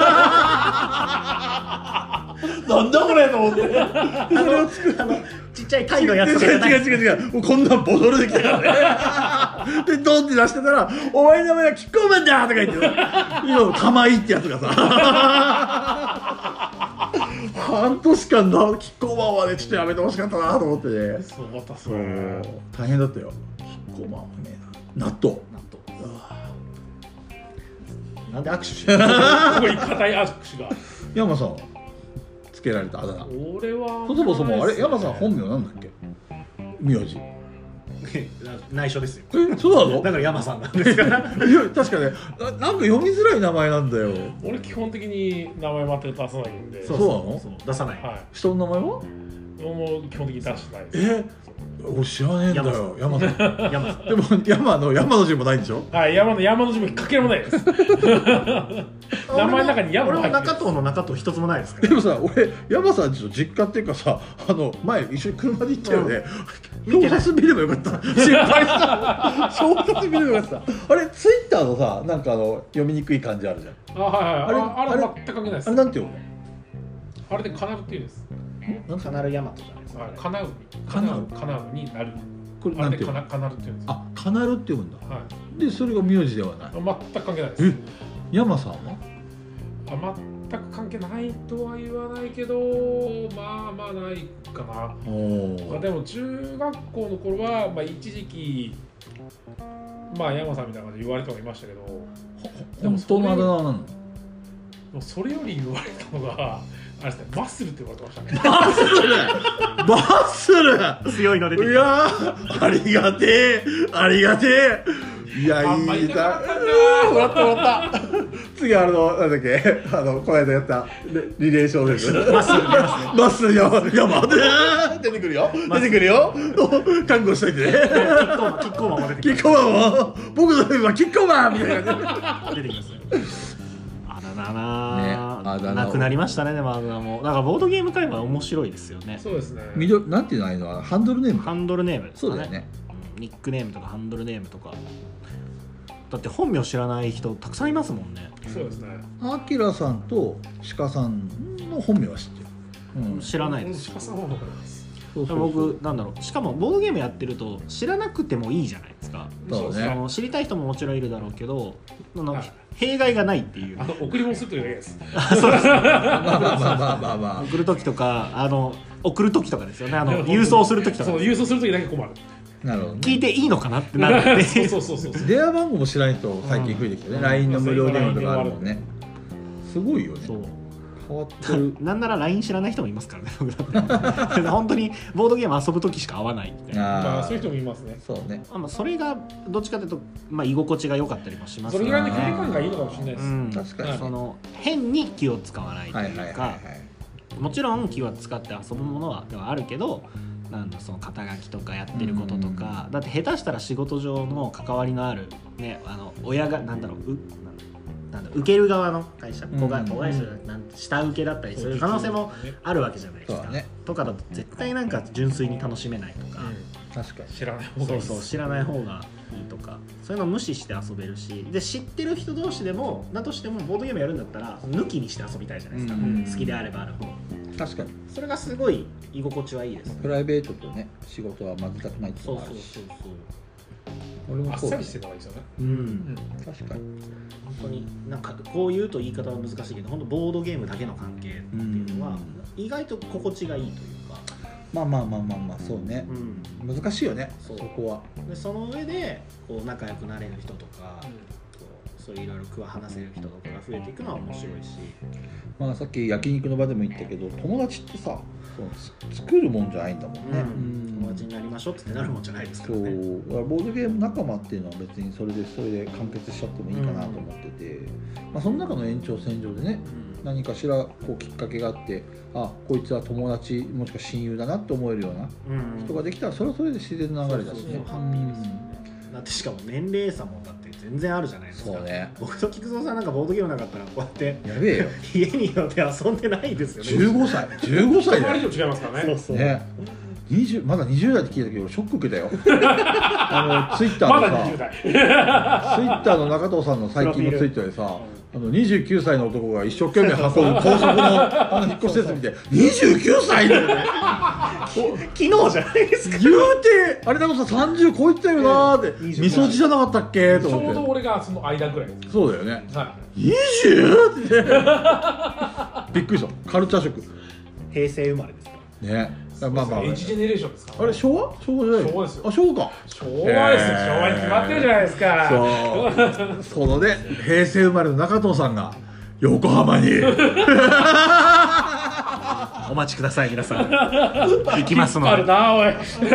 なんだこれと思って、それを作るちっちゃい貝のやつとかじゃない。 違うもうこんなんボトルできたからね。でドンって出してたら「お前の名前はキッコーマンだ!」とか言って今玉井ってやつがさ半年間のキッコーマンはねちょっとやめてほしかったなと思ってね。 そうまたそう大変だったよ。キッコーマンはね納豆なんで握手してるここに硬い握手が。 山さんつけられたあだ名。 俺はそもそもあれ山さん本名なんだっけ？名字。 内緒ですよ。 そうなの？ だから山さんなんですから。 いや確かねなんか読みづらい名前なんだよ。 俺基本的に名前全く出さないんで。 そうなの？ 出さない。 はい。 人の名前は？ もう基本的に出してないです。 俺知らねえんだよ。山さん。 山さん。 でも山の字もないんでしょ？ はい、山の字もかけらもないです。名前の中に山も入ってる。 俺も中藤の中藤一つもないですから。 でもさ、俺山さんちの実家っていうかさ、前一緒に車で行ったよね。表札見ればよかった。心配した。表札見ればよかった。あれツイッターのさ、なんか読みにくい感じあるじゃん。 あれ全く関係ないです。 あれなんて読むの？ あれでカナルっていうんです。 カナルヤマトじゃないですか。 カナウになる。 これなんて読む？ カナルっていうんです。 あ、カナルって読むんだ。 はい。 でそれが名字ではない。 全く関係ないです。 山さんは？ 全く関係ないとは言わないけど、まあないかな。でも中学校の頃は一時期山さんみたいな感じで言われてはいましたけど、 本当のあだ名なの？ もうそれより言われたのがあれですね、マッスルって言われてましたね。 マッスル強いの出てきた。 いやーありがてえいやいいだもらった次なんだっけこの間やったリレーションですマッスル山出てくるよ覚悟しといてね。キッコーマンも出てきキッコーマンも僕の今キッコーマンみたいな感じ出てきますよ。なくなりましたね。でももだからボードゲーム界は面白いですよね。 そうですね。 なんていうのあれのハンドルネーム？ ハンドルネームですかね。 そうだよね。 ニックネームとかハンドルネームとか。だって本名知らない人たくさんいますもんね。 そうですね。 アキラさんと鹿さんの本名は知ってる？ 知らないです。 鹿さんは分かります。 僕しかもボードゲームやってると知らなくてもいいじゃないですか。 そうね。 知りたい人ももちろんいるだろうけど、弊害がないっていう。 送り物するというだけです。 そうです。 まあ送る時とか送る時とかですよね。郵送する時とか。 そう郵送する時だけ困る。 なるほど、ね、 聞いていいのかなってなってそう電話番号も知らない人最近増えてきてね、LINE の無料電話とかあるもんね。すごいよね。そう変わってる。 なんなら LINE 知らない人もいますからね。本当にボードゲーム遊ぶ時しか会わないみたいな。 そういう人もいますね。 そうね。それがどっちかというと居心地が良かったりもします。 それぐらいの距離感がいいのかもしれないです。 確かに。 変に気を使わないというか、もちろん気を使って遊ぶものはあるけど、 なんだその肩書きとかやってることとか、だって下手したら仕事上の関わりのあるね、親がなんだろう受ける側の会社、子会社なんて下請けだったりする可能性もあるわけじゃないですか、ね、とかだと絶対なんか純粋に楽しめないとか、 確かに知らない方がいい。 そう知らない方がいいとか、そういうのを無視して遊べるし、で知ってる人同士でもだとしてもボードゲームやるんだったら抜きにして遊びたいじゃないですか、好きであればあるほど。 確かにそれがすごい居心地はいいです、ね、 プライベートとね仕事は混ぜたくないっていうのがあるし、俺もあっさりしてるのがいいですよね。 確かに本当になんかこう言うと言い方は難しいけど、本当ボードゲームだけの関係っていうのは意外と心地がいいというか、 まあそうね、難しいよね、そこは。 でその上でこう仲良くなれる人とか、そういういろいろ句は話せる人とかが増えていくのは面白いし、 まあさっき焼肉の場でも言ったけど、友達ってさ作るもんじゃないんだもんね、 友達になりましょうってなるもんじゃないですからね。 そうだからボードゲーム仲間っていうのは別にそれで完結しちゃってもいいかなと思ってて、まあ、その中の延長線上でね、何かしらこうきっかけがあって、あこいつは友達もしくは親友だなって思えるような人ができたら、それはそれで自然な流れだしね。 ハッピーですよね。だってしかも年齢差もだって全然あるじゃないですか。 そうね。 僕と菊蔵さんなんかボードゲームなかったらこうやってやべえよ家によって遊んでないですよね。 15歳だよ。 以上違いますからね。 そうね、まだ20代って聞いたけど俺ショック受けたよ。ツイッターまのさ、 だ20代。 ツイッターの中藤さんの最近のツイートでさ、29歳の男が一生懸命運ぶ高速の引っ越し設備で29歳だよね。 昨日じゃないですか。 言うてあれだとさ30超えてたよなーって、みそじじゃなかったっけとちょう思って。 ど俺がその間ぐらいです。 そうだよね。 は 20? ってびっくりした。カルチャーショック平成生まれですからね。まあエイジジェネレーションですから。 あれ昭和じゃない。 昭和ですよ。 あ、昭和か。 昭和ですよ。昭和に決まってるじゃないですか。 そのね、平成生まれの中藤さんが横浜にお待ちください皆さん。行きますので。 あるなおい。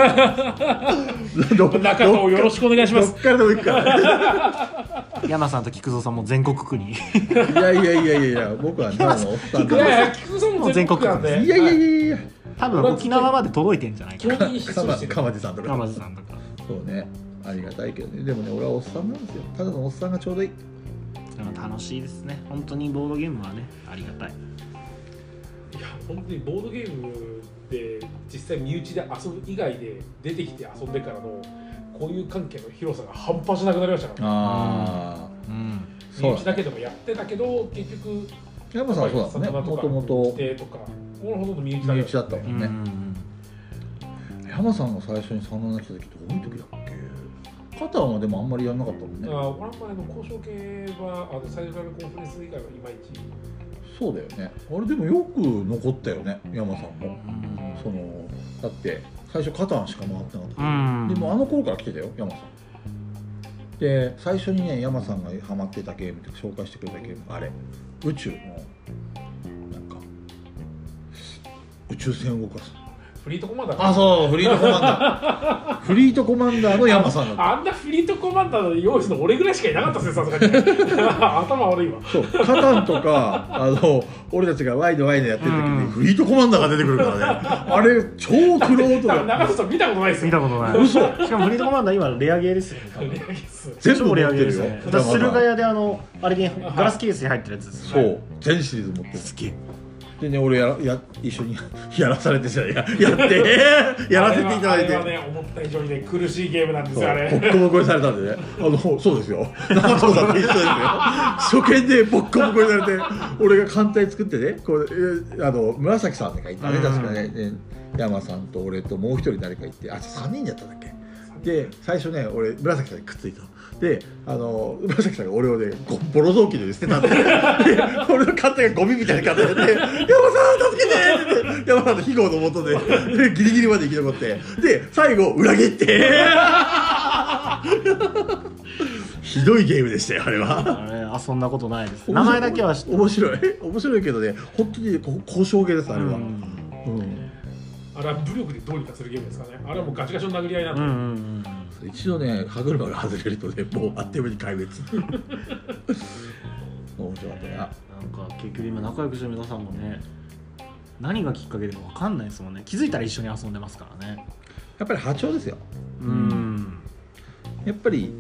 中藤よろしくお願いします。 どっからでも行くから山さんと菊蔵さんも全国区に。 いや僕はただのおっさんいやいや、菊さんも全国区なんで。 いや多分沖縄まで届いてんじゃないかな。 基本的に必要してる。 鎌地さんとか山地さんとか。 そうね、ありがたいけどね。でもね、俺はおっさんなんですよ。ただのおっさんがちょうどいい。 でも楽しいですね。本当にボードゲームはね、ありがたい。 いや本当にボードゲームで実際身内で遊ぶ以外で出てきて遊んでからのこういう関係の広さが半端じゃなくなりましたから、 ああ、 身内だけでもやってたけど結局山さんはそうだね、もともと来てとかこのほとんど身内身内だったもんね。山さんが最初にサウナに来た時どういう時だっけ。カタンはでもあんまりやんなかったもんね。 俺は交渉系はサイドラルコンファレンス以外はいまいち。 そうだよね。あれでもよく残ったよね、山さんも。そのだって最初カタンしか回ってなかった。でもあの頃から来てたよ、山さん。で最初にね、山さんがハマってたゲームって紹介してくれたゲーム、あれ宇宙のなんか宇宙船を動かすフリートコマンダー。 あ、そう、フリートコマンダーフリートコマンダーの山さんだった。 あんなフリートコマンダーの用意するの俺ぐらいしかいなかったですよ、さすがに。頭悪いわ。 そう、カタンとか俺たちがワイドやってる時にフリートコマンダーが出てくるからね。あれ超クロートだ。 中藤さん見たことないですよ。 見たことない。 嘘。 しかもフリートコマンダー今レアゲーですよね。 レアゲーです全部レア持ってるよ。 ゲーですね。私駿河屋であれにガラスケースに入ってるやつです。 そう、全シリーズ持ってる。 好き。 でね、俺一緒にやらされてやってやらせていただいて、 あれはね、思った以上にね苦しいゲームなんですよ、あれ。 ボッコボコにされたんでね、そうですよ、中藤さんと一緒ですよ。初見でボッコボコにされて、俺が艦隊作ってね、こう紫さんがいてね、確かね、山さんと俺ともう一人誰かいて、3人だったんだっけ。で最初ね、俺紫さんにくっついたので、紫さんが俺をねボロ雑巾で捨てたんで、俺の艦隊がゴミみたいな感じで、山さん助けてって、山さんの非業のもとでギリギリまで生き残って、で最後裏切ってひどいゲームでしたよ、あれは。 遊んだことないです。名前だけは知ってる。 面白いけどね、本当に交渉ゲーです、あれは。 あれは武力でどうにかするゲームですかね。あれはもうガチガチの殴り合いなんで。 一度ね、歯車が外れるとね、もうあっという間に壊滅。面白かったな。 なんか結局今仲良くしてる皆さんもね、 何がきっかけでか分かんないですもんね。気づいたら一緒に遊んでますからね。 やっぱり波長ですよ。やっぱり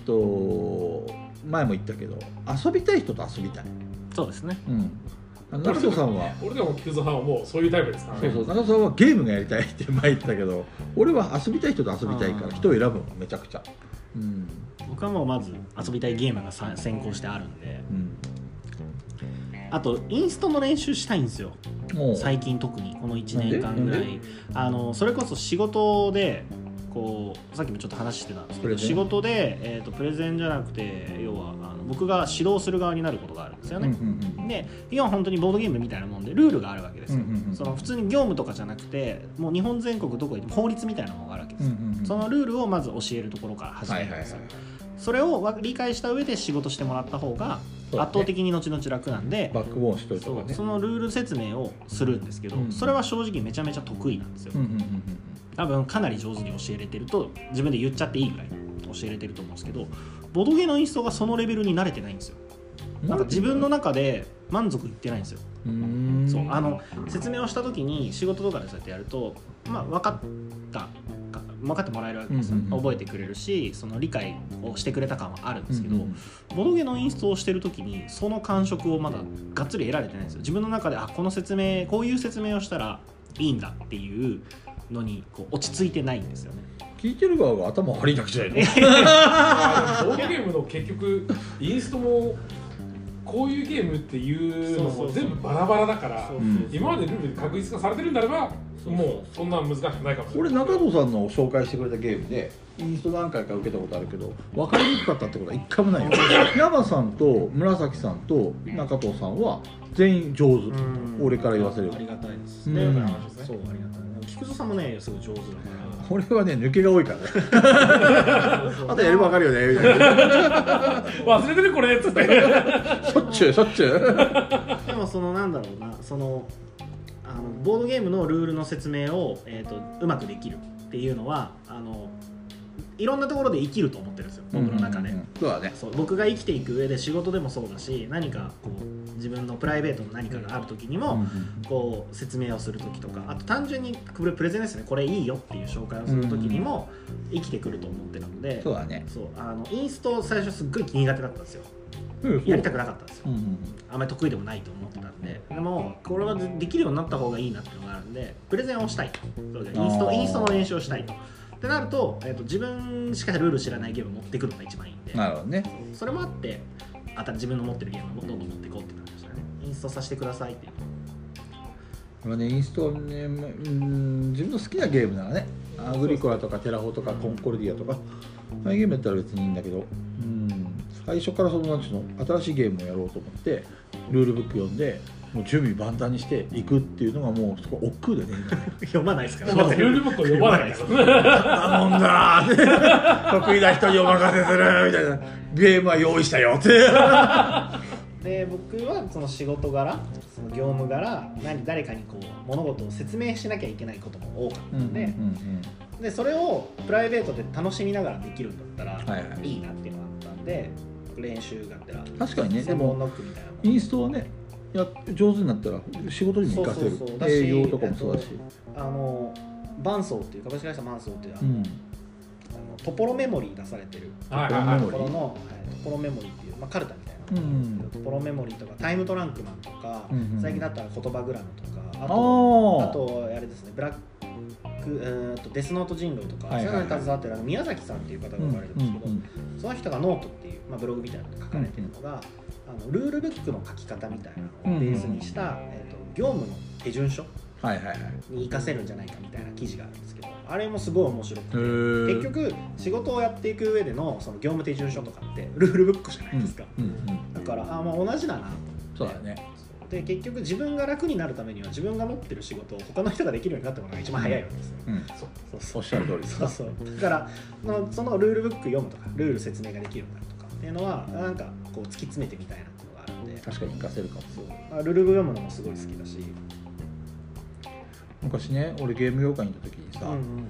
前も言ったけど遊びたい人と遊びたい。 そうですね。 中藤さんは俺でもキューゾさんはもうそういうタイプですからね。 そう中藤さんはゲームがやりたいって前言ってたけど、俺は遊びたい人と遊びたいから人を選ぶのめちゃくちゃ。 僕はもうまず遊びたいゲームが先行してあるんで、あとインストの練習したいんですよ。最近特にこの1年間ぐらいそれこそ仕事でこうさっきもちょっと話してたんですけど、仕事で、プレゼンじゃなくて要は僕が指導する側になることがあるんですよね。で今本当にボードゲームみたいなもんでルールがあるわけですよ。その普通に業務とかじゃなくてもう日本全国どこにでも法律みたいなものがあるわけですよ。そのルールをまず教えるところから始めるんですよ。それを理解した上で仕事してもらった方が圧倒的に後々楽なんで、 バックボーンしといた方がね、 そのルール説明をするんですけど、それは正直めちゃめちゃ得意なんですよ。多分かなり上手に教えれてると自分で言っちゃっていいぐらい教えれてると思うんですけど、ボドゲのインストがそのレベルに慣れてないんですよ。なんか自分の中で満足いってないんですよ。そう説明をした時に仕事とかでそうやってやると、分かってもらえるわけですよ。覚えてくれるしその理解をしてくれた感はあるんですけど、ボドゲのインストをしてる時にその感触をまだがっつり得られてないんですよ。自分の中でこいう説明をしたらいいんだっていうのに落ち着いてないんですよね。 聞いてる側が頭悪いだけじゃないの？ ボードゲームの結局インストもこういうゲームっていうのも全部バラバラだから、今までルール確実化されてるんであればもうそんな難しくないかもしれない。 俺中藤さんの紹介してくれたゲームでインスト何回か受けたことあるけど分かりにくかったってことは一回もないよ。山さんと紫さんと中藤さんは全員上手。俺から言わせる。 ありがたいです。そうありがたい。菊蔵さんもねすごい上手だから。 俺はね抜けが多いからね。あとやれば分かるよねみたいな。 忘れてるこれっつって。 しょっちゅう。 でもなんだろうな、ボードゲームのルールの説明を、うまくできるっていうのはいろんなところで生きると思ってるんですよ、僕の中で。 そうだね。 僕が生きていく上で仕事でもそうだし、何か自分のプライベートの何かがある時にも説明をする時とか、あと単純にプレゼンですね、これいいよっていう紹介をする時にも生きてくると思ってるので。 そうだね。 インスト最初すっごい苦手だったんですよ。やりたくなかったんですよ。あんまり得意でもないと思ってたんで。でもこれはできるようになった方がいいなっていうのがあるんで、プレゼンをしたいと。インストの練習をしたいと。ってなると、自分しかルール知らないゲームを持ってくるのが一番いいんで。 なるほどね。 それもあって自分の持ってるゲームをどんどん持っていこうってなりましたね。インストさせてくださいっていう。 これね、インストね、自分の好きなゲームならね、アグリコラとかテラフォとかコンコルディアとか、ああいうゲームやったら別にいいんだけど、最初から新しいゲームをやろうと思ってルールブック読んでもう準備万端にしていくっていうのがもうそこ億劫でね。 読まないですからルールブックを読まないですから頼んだ得意な人にお任せするみたいな、ゲームは用意したよってで僕はその仕事柄、その業務柄、誰かに物事を説明しなきゃいけないことも多かったので、でそれをプライベートで楽しみながらできるんだったらいいなっていうのがあったんで、練習がてら確かにね。 専門ノックみたいなインストはね上手になったら仕事にも活かせる。営業とかもそうだし、 バンソーっていう株式会社バンソーっていうトポロメモリー出されてるところのトポロメモリーっていうカルタみたいな。トポロメモリーとかタイムトランクマンとか、最近だったら言葉グラムとか、あとあれですね、ブラックデスノート人狼とか、そういうのに携わってる宮崎さんっていう方がおられるんですけど、その人がノートっていう、ブログみたいなのが書かれてるのが、ルールブックの書き方みたいなのをベースにした、業務の手順書に活かせるんじゃないかみたいな記事があるんですけど、あれもすごい面白くて、結局仕事をやっていく上でのその業務手順書とかってルールブックじゃないですか。だから同じだなと。 そうだね。 で結局自分が楽になるためには自分が持ってる仕事を他の人ができるようになってもらうのが一番早いわけですよ。 おっしゃる通りです。 だからそのルールブック読むとかルール説明ができるようになるとかっていうのは突き詰めてみたいなっていうのがあるんで、 確かに活かせるかも。 ルールブ読むのもすごい好きだし、 昔ね、俺ゲーム業界にいた時にさ、菊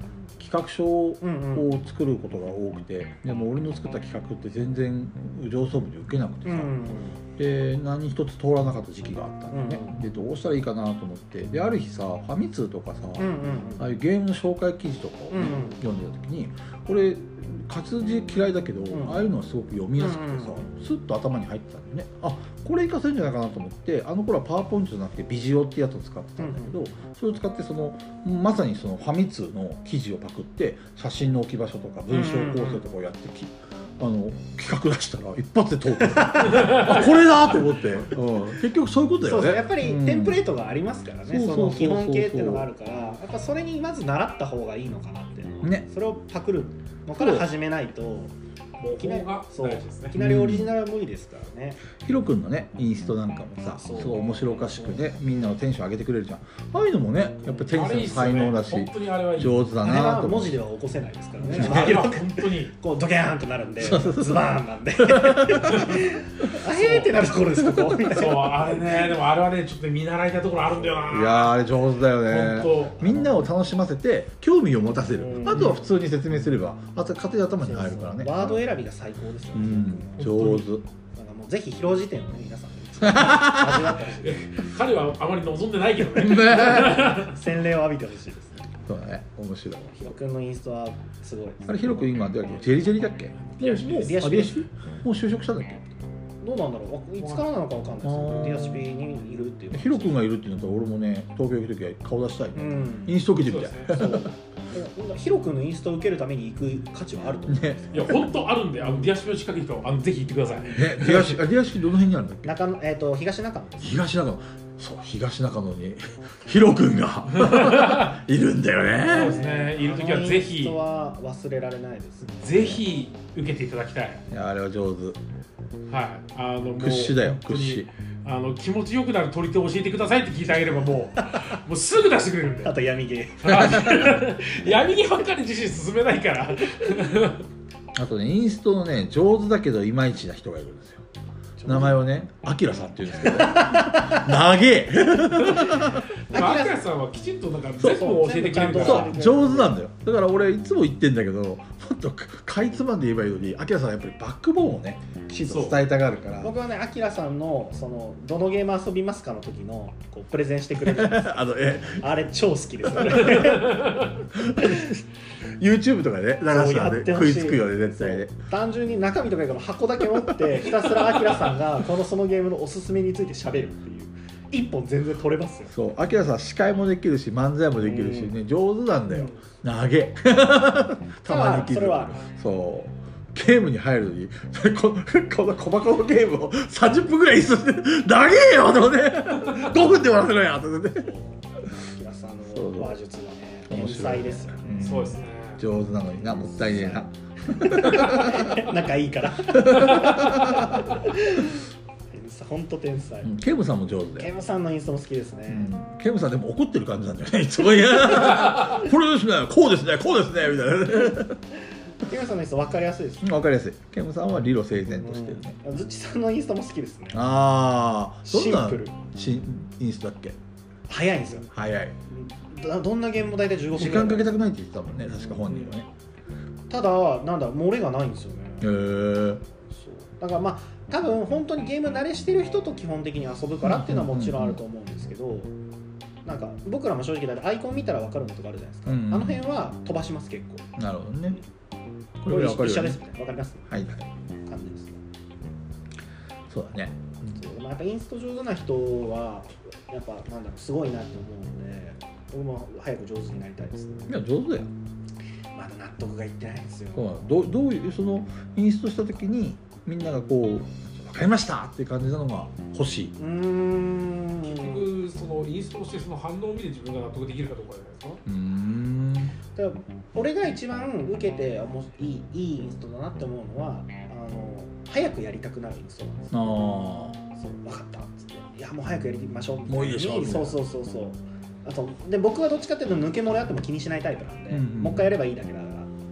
画書を作ることが多くて、でも俺の作った企画って全然上層部で受けなくてさ、で何一つ通らなかった時期があったんでね、でどうしたらいいかなと思って、である日さファミ通とかさ、ああいうゲームの紹介記事とかを、読んでた時に、俺活字嫌いだけど、ああいうのはすごく読みやすくてさ、スッと頭に入ってたんでね、あこれ活かせるんじゃないかなと思って、あの頃はパワーポイントじゃなくてビジオってやつを使ってたんだけど、それを使ってまさにそのファミ通の記事をパクって写真の置き場所とか文章構成とかをやって企画出したら一発で通ってあこれだと思って、結局そういうことだよね。 そうやっぱりテンプレートがありますからね、その基本形っていうのがあるから、やっぱそれにまず習った方がいいのかなっていうのは、ね、それをパクるのから始めないといきなりオリジナルは無理ですからね。 ヒロ君のねインストなんかもさ、すごい面白おかしくね、みんなのテンション上げてくれるじゃん。ああいうのもねやっぱりテンションの才能だし、上手だなと。 あれは文字では起こせないですからね。 いや本当にこうドキャーンとなるんで、ズバーンなんであへーってなるところですここみたいな。 そうあれね、でもあれはねちょっと見習いたいところあるんだよな。 いやあれ上手だよね。みんなを楽しませて興味を持たせる。あとは普通に説明すれば勝手に頭に入るからね。 ワード選びが最高ですよね。 上手。 なんかもうぜひ広辞典をね皆さん味わってほしいです。 彼はあまり望んでないけどね。 洗礼を浴びてほしいですね。 そうだね、面白い。 ヒロ君のインストはすごい。 あれヒロ君今どうやっけ、ジェリジェリだっけ？ ディアシピです。 もう就職したんだっけ？ どうなんだろう、いつからなのかわかんないですけど、ディアシピにいるっていう。 ヒロ君がいるっていうのと、俺もね東京行く時は顔出したいね。インスト記事みたいな。 ヒロ君のインストを受けるために行く価値はあると思う。 いや本当あるんで、ディアシピの近くに行くとぜひ行ってください。 ディアシピどの辺にあるんだっけ？ 東中野です。 東中野。そう、東中野にヒロ君がいるんだよね。 そうですね。いる時はぜひ。 人は忘れられないですね。 ぜひ受けていただきたい。 いやあれは上手。 はい。 屈指だよ、屈指。 気持ちよくなる取り手を教えてくださいって聞いてあげればもうすぐ出してくれるんで。 あと闇ゲー。 闇ゲーばっかり自身進めないから。 あとね、インストのね上手だけどいまいちな人がいるんですよ。名前をね、アキラさんって言うんですけど長えアキラさんはきちんとなんか全部教えてくれるから、 そう上手なんだよ。だから俺いつも言ってんだけど、もっとかいつまんで言えばいいのに、アキラさんはやっぱりバックボーンをねきちんと伝えたがるから。 僕はね、アキラさんのそのどのゲーム遊びますかの時のこうプレゼンしてくれるあれ超好きですよね。 YouTube とかね、流したらね食いつくよね絶対ね。 単純に中身とかいうか箱だけ持ってひたすらアキラさんがそのゲームのおすすめについて喋るっていう一本全然取れますよ。 そう、アキラさん司会もできるし漫才もできるしね、上手なんだよ。投げたまに切る。 それはある。 そうゲームに入るのにこの細かのゲームを30分ぐらい一緒して「投げよ!」と思って「5分で終わらせろや!」と思って。 アキラさんの話術はね天才ですよね。 そうですね。 上手なのにな、もったいねえな。 仲いいから。本当天才。 ケムさんも上手だよ。 ケムさんのインストも好きですね。 ケムさんでも怒ってる感じなんだよね。いつもいやこれですね、こうですね、こうですねみたいな。 ケムさんのインスト分かりやすいです。 分かりやすい。ケムさんは理路整然としてるね。 ズッチさんのインストも好きですね。 ああ、 シンプル。 インストだっけ？ 早いんですよ。 早い。 どんなゲームも大体15分。 時間かけたくないって言ってたもんね、確か本人はね。 ただなんだ漏れがないんですよね。 そうだからまあ多分本当にゲーム慣れしてる人と基本的に遊ぶからっていうのはもちろんあると思うんですけど、なんか僕らも正直だってアイコン見たら分かるのとかあるじゃないですか。あの辺は飛ばします結構。 なるほどね。 これ一緒ですね。分かります？ はいはい。 感じです。 そうだね。 やっぱインスト上手な人はやっぱなんだろうすごいなって思うので、僕も早く上手になりたいですね。 いや上手だよ。 まだ納得がいってないんですよ。 どういうそのインストした時にみんながこう分かりましたっていう感じなのが欲しい。 結局そのインストしてその反応を見て自分が納得できるかどうかじゃないですか。 だから俺が一番受けていいインストだなって思うのは早くやりたくなるインストなんですよ。そう分かったっつっていやもう早くやりましょうみたいな。 もういいでしょ。 そうあとで僕はどっちかっていうと抜け漏れあっても気にしないタイプなんで、もう一回やればいいだけだから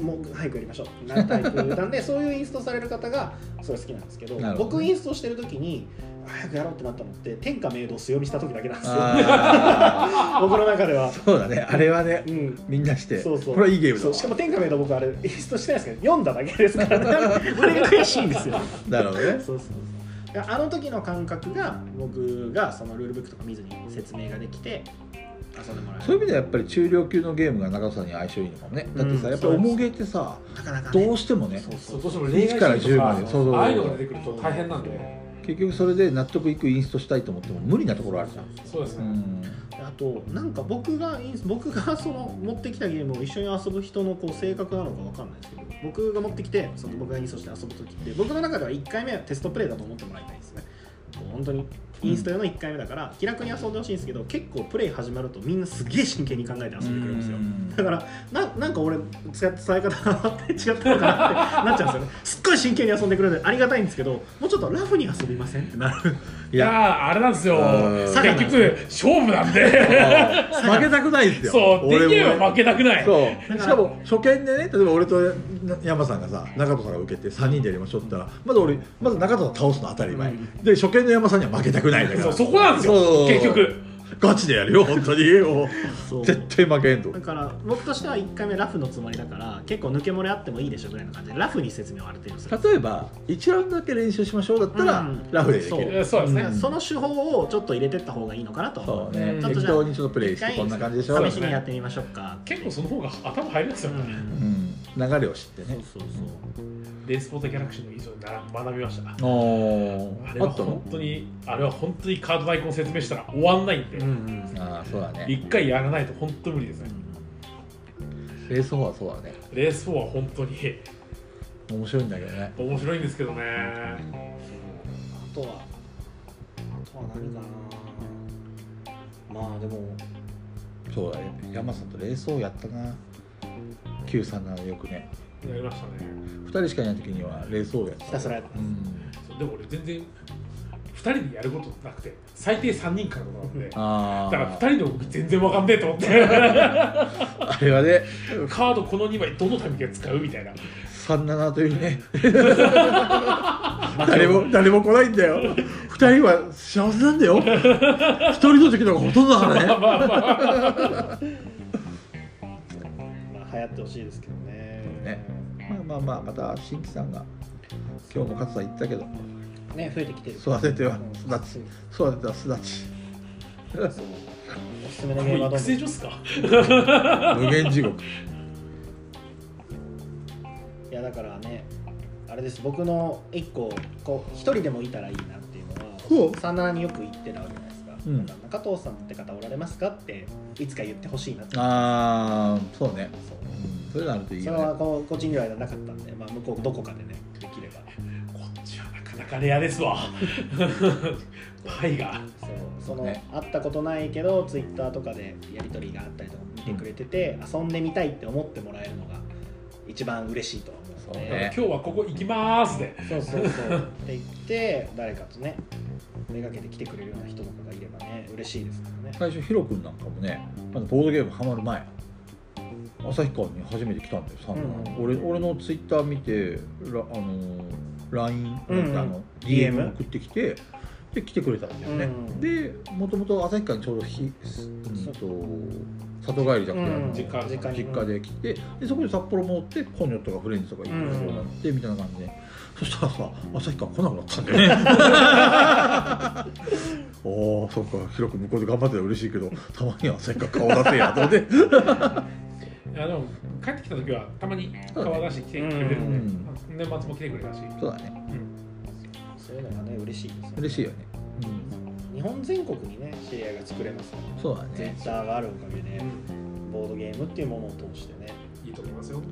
もう早くやりましょうってなるタイプなんでそういうインストされる方がそれ好きなんですけど、僕インストしてる時に早くやろうってなったのって天下明堂強みした時だけなんですよ僕の中では。 そうだね、あれはね、みんなしてこれはいいゲームだ。 しかも天下明堂僕あれインストしてないですけど読んだだけですからねあれが悔しいんですよ。 なるほどね。 そうあの時の感覚が僕がそのルールブックとか見ずに説明ができて遊んでもらえる。 そういう意味ではやっぱり中量級のゲームが長さんに相性いいのかもね。だってさ、やっぱり重ゲーってさ、 なかなかどうしてもね、 どうしても例外シーンとかああいうのが出てくると大変なんで、 結局それで納得いくインストしたいと思っても無理なところあるじゃん。 そうですね。 あとなんか僕がその持ってきたゲームを一緒に遊ぶ人のこう性格なのかわかんないですけど、僕が持ってきてその僕がインストして遊ぶ時って僕の中では1回目はテストプレイだと思ってもらいたいですね。本当にインスト用の1回目だから気楽に遊んでほしいんですけど、結構プレイ始まるとみんなすげえ真剣に考えて遊んでくれるんですよ。だからなんか俺伝え方違ったのかなってなっちゃうんですよね。すっごい真剣に遊んでくれるのでありがたいんですけど、もうちょっとラフに遊びませんってなる。 いやあれなんですよ、結局勝負なんで負けたくないですよ。 そうできれば負けたくない。 そうしかも初見でね、例えば俺と山さんがさ中戸さんが受けて3人でやりましょうって言ったら、まず中戸さん倒すの当たり前、で初見の山さんには負けたくないんだから、 そこなんですよ結局。 ガチでやるよ本当に絶対負けんと。 だから僕としては1回目ラフのつもりだから結構抜け漏れあってもいいでしょぐらいの感じでラフに説明をある程度する。 例えば1ラウンドだけ練習しましょうだったら、ラフでできる。 そうですね、 その手法をちょっと入れてった方がいいのかなと思う。 そうね、適当にちょっとプレイしてこんな感じでしょ、 試しにやってみましょうか。 結構その方が頭入りますよね。 流れを知ってね。 そうレースポートギャラクシーの以上に学びました。あれは本当にカードのアイコン説明したら終わんないんで、 そうだね、 1回やらないと本当無理ですね。 レース4はそうだね。 レース4は本当に面白いんだけどね。 面白いんですけどね。 あとは何かな。まあでもそうだね、山さんとレース4やったな。937よくねやりましたね。 2人しかいない時にはレースをやった。 ひたすらやった。 でも俺全然2人でやることなくて最低3人からのなんで、だから2人の動き全然わかんねえと思ってあれはね、 カードこの2枚どのタイミングで使うみたいな。 37というね誰も来ないんだよ。2人は幸せなんだよ1人の時の方がほとんどだからね流行ってほしいですけどね。 また新規さんが今日も勝田言ったけどね、増えてきてる。 育ててはすだちおすすめのゲームはどう育成所っすか無限地獄。 いやだからね、あれです、僕の1個こう1人でもいたらいいなっていうのは37によく言ってたわけじゃないですか。だから中藤さんって方おられますかっていつか言ってほしいなって。 そうね。それなるといいよね。 それはこっちにはなかったんで、向こうどこかでねできれば。 こっちはなかなかレアですわパイがその、会ったことないけどツイッターとかでやり取りがあったりとか見てくれてて、遊んでみたいって思ってもらえるのが一番嬉しいと思うので、 今日はここ行きまーすでそうって言って誰かとねめがけて来てくれるような人とかがいればね嬉しいですからね。 最初ヒロ君なんかもね、まだボードゲームハマる前旭川に初めて来たんだよ、俺のツイッター見てLINE、DM 送ってきてで来てくれたんだよね。でもともと旭川にちょうど里帰りじゃなくて実家で来て、でそこで札幌戻ってコニョとかフレンズとか行くそうになってみたいな感じで、そしたらさ旭川来なくなったんだよねおーそっか、ヒロ君向こうで頑張ってたら嬉しいけど、たまには旭川顔出せやと思っていやでも帰ってきた時はたまに顔出してきてくれるので、年末も来てくれたし。 そうだね、 そういうのがね嬉しいですよね。 嬉しいよね。 日本全国にね知り合いが作れますから、 そうだね。 ツイッターがあるおかげで、ボードゲームっていうものを通してねいいと思いますよ。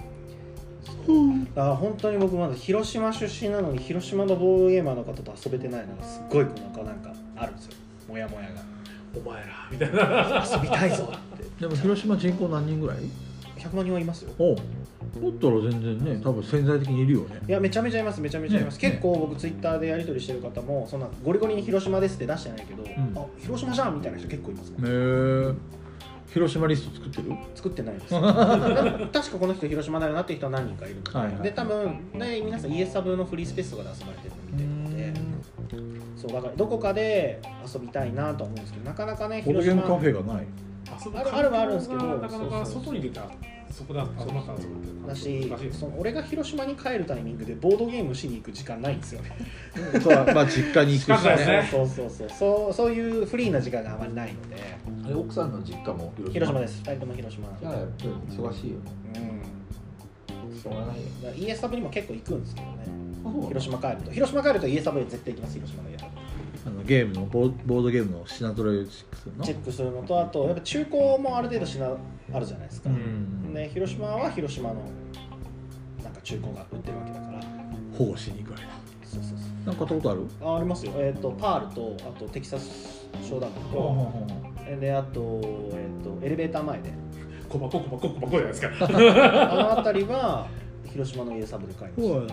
だから本当に僕まだ広島出身なのに広島のボードゲーマーの方と遊べてないのがすっごいなんかあるんですよ、モヤモヤが。 お前らみたいな遊びたいぞってでも広島人口何人ぐらい ？100万人はいますよ。 おだったら全然ね、多分潜在的にいるよね。 いやめちゃめちゃいます、めちゃめちゃいます、結構僕ツイッターでやり取りしてる方もそんなゴリゴリに広島ですって出してないけど、あ広島じゃんみたいな人結構いますもん。 広島リスト作ってる？ 作ってないですでも確かこの人広島だよなっていう人は何人かいるので、 はいはい、 で多分ね皆さん ES サブのフリースペースとかで遊ばれてるの見てるので、そうだからどこかで遊びたいなと思うんですけど、なかなかねボードゲームカフェがない。 あるはあるんですけど、 なかなか外に出たそこだだし、俺が広島に帰るタイミングでボードゲームしに行く時間ないんですよねまあ実家に行くしね。 そういうフリーな時間があまりないので。 奥さんの実家も広島です。2人とも広島。 じゃあやっぱり忙しいよね。しょうがないよ。 ES サブにも結構行くんですけどね。広島帰ると ES サブで絶対行きます。広島の家。 ゲームのボードゲームの品揃えをチェックするのと、あとやっぱ中古もある程度品あるじゃないですか。で広島は広島のなんか中古が売ってるわけだから保護しに行くわけだ。 そうなんか買ったことある？ ありますよ。パールとあとテキサスショーダウンとであとエレベーター前でコバじゃないですかあの辺りは広島の家サブで買いました。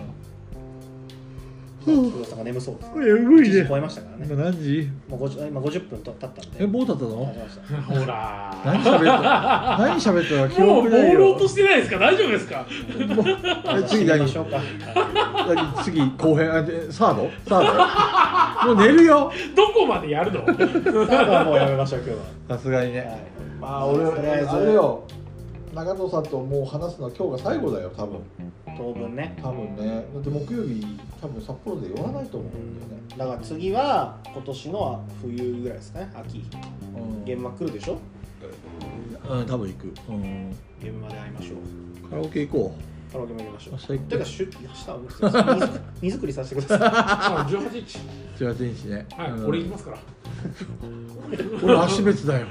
広さんが眠そうです。1時超えましたからね。 何時？ もう今50分経ったんで。 もう経ったの？ ほら。 何喋ったか記もう憶ないよ。 朦朧としてないですか？大丈夫ですか？ 次何しようか。 次後編サード？もう寝るよ。 どこまでやるの？ サードはもうやめましょう今日は。 さすがにね。まあ俺あれよ。中藤さんともう話すのは今日が最後だよ多分。 当分ね。 多分ね。だって木曜日多分札幌で寄らないと思うんだよね。 だから次は今年の冬ぐらいですかね。秋。現場来るでしょ？ うん多分行く。 現場で会いましょう。 カラオケ行こう。 カラオケも行きましょう。 明日行く。 てか明日荷造りさせてください。 18日。 18日ね。 はい。俺行きますから。 俺足別だよ。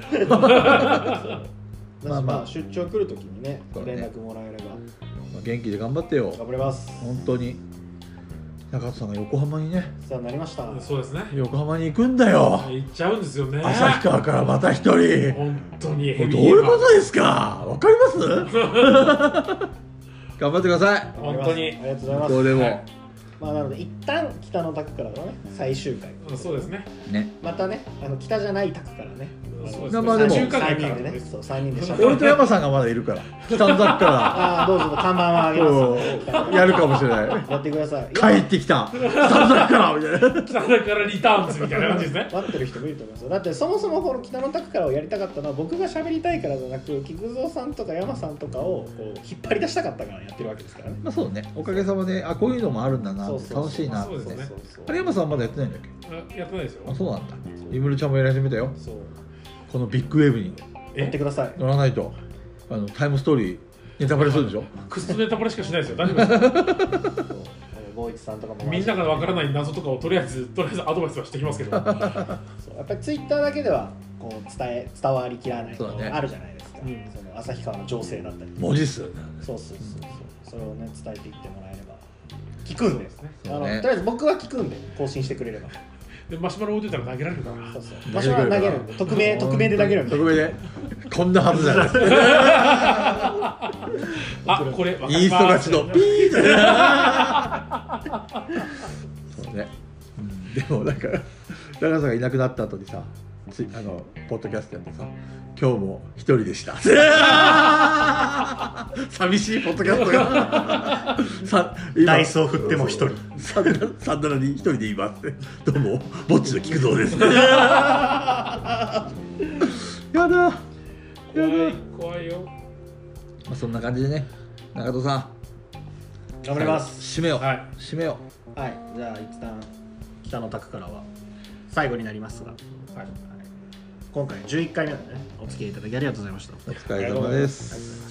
まあ出張来るときにね連絡もらえれば。 元気で頑張ってよ。 頑張ります。 本当に。中田さんが横浜にね。 お世話になりました。 そうですね。 横浜に行くんだよ。 行っちゃうんですよね。 旭川からまた一人。 本当に。 どういうことですか。わかります？頑張ってください。 本当にありがとうございます。 どうでも。 まあなので一旦北の宅からのね最終回。 そうですね。 またね北じゃない宅からね。 まあでも 3人でね。そう3人でしょ。 俺と山さんがまだいるから。北の宅から。 ああどうぞ看板はあげます。 やるかもしれない。 やってください。 帰ってきた。北の宅からみたいな。 北の宅からリターンズみたいな感じですね。 待ってる人もいると思いますよ。だってそもそもこの北の宅からをやりたかったのは僕が喋りたいからじゃなく、菊蔵さんとか山さんとかをこう引っ張り出したかったからやってるわけですからね。 まあそうね。おかげさまでこういうのもあるんだな。楽しいな。 そうですね。 あれ山さんまだやってないんだっけ？やってないですよ。 あそうなんだ。イムルちゃんもやり始めたよ。 そう。 このビッグウェーブにやってください。 乗らないとタイムストーリーネタバレするでしょ。 クソネタバレしかしないですよ。大丈夫ですか？ ゴイツさんとかもみんながわからない謎とかをとりあえずアドバイスはしてきますけど。 そうやっぱりツイッターだけではこう伝わりきらないのがあるじゃないですか。その旭川の情勢だったり。 文字数。 そうそれをね伝えていってもらえれば聞くんですね。とりあえず僕は聞くんで更新してくれれば。でマシュマロ置いてたら投げられるから。 そうマシュマロ投げるんで匿名で投げるんで。 匿名でこんなはずじゃない。 あこれイースト勝ちのピーってそうね。でもなんか中さんがいなくなった後にさポッドキャストやってさ今日も一人でした寂しいポッドキャストがダイスを振っても一人サンダラに一人でいますどうもぼっちの菊蔵ですやだ怖いよ。 まあそんな感じでね中戸さん頑張ります。 締めよう、 はい、 じゃあ一旦北の宅からは最後になりますが、今回11回目なんでねお付き合いいただきありがとうございました。 お疲れ様です。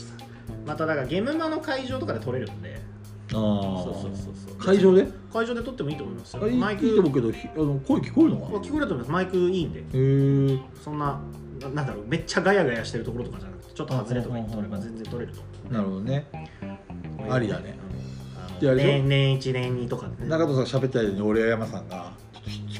まただからゲームマの会場とかで撮れるんでそう会場で撮ってもいいと思いますよ。 マイクいいと思うけど声聞こえるのかな。 聞こえると思います。マイクいいんでへえ。 そんななんだろうめっちゃガヤガヤしてるところとかじゃなくてちょっと外れとかに撮れば全然撮れると思う。 なるほどね。ありだね。 年1年2とかでね。 中戸さんが喋ったように俺や山さんがちょっと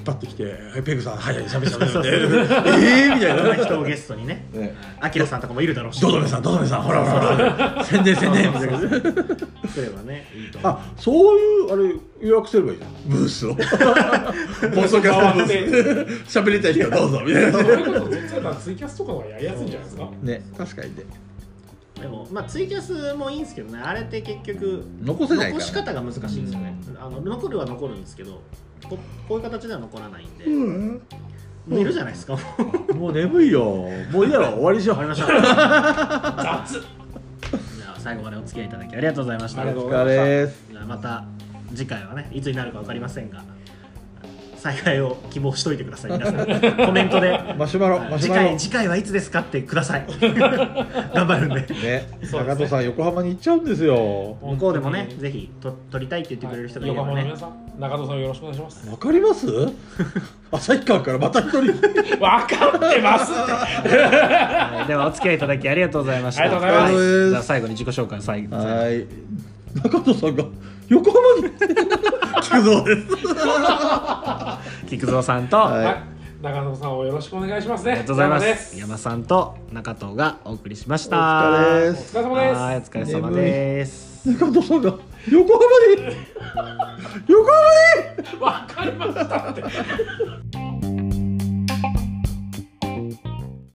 張ってきて「ペグさんはいしゃべしゃべ」みたいなみたいな人をゲストにね、アキラさんとかもいるだろうし、 ドドメさんほらほら宣伝みたいなすればねいいと思う。 あ、そういうあれ予約すればいいじゃん、ブースをポッドキャストブース喋りたい人はどうぞみたいな。 そういうこと絶対ツイキャスとかはやりやすいんじゃないですかね、確かにね。 でもまあツイキャスもいいんですけどね、あれって結局残せないから残し方が難しいんですよね。残るは残るんですけど、こういう形では残らないんで、もういるじゃないですか。 もう眠いよ。もういいやろ、終わりにしよう。 終わりましょう。じゃ雑あ最後までお付き合いいただきありがとうございました。 お疲れです。 じゃあまた次回はね、いつになるか分かりませんが、再開を希望しといてください。皆さんコメントでマシュマロ次回はいつですかってください。頑張るんでね。中戸さん横浜に行っちゃうんですよ。 向こうでもね、ぜひ撮りたいって言ってくれる人がいればね、 横浜の皆さん、中戸さんよろしくお願いします。 わかります？旭川からまた一人。 分かってますってではお付き合いいただきありがとうございました。 ありがとうございます。 じゃあ最後に自己紹介を最後。 はい。中戸さんが横浜に菊蔵です。 菊蔵さんと、 はい中野さんをよろしくお願いしますね。 ありがとうございま。 山です山さんと中藤がお送りしました。 お疲れおです。 疲れ様です。 はい、お疲れ様です。 中戸さんが横浜に横浜にわかりましたって。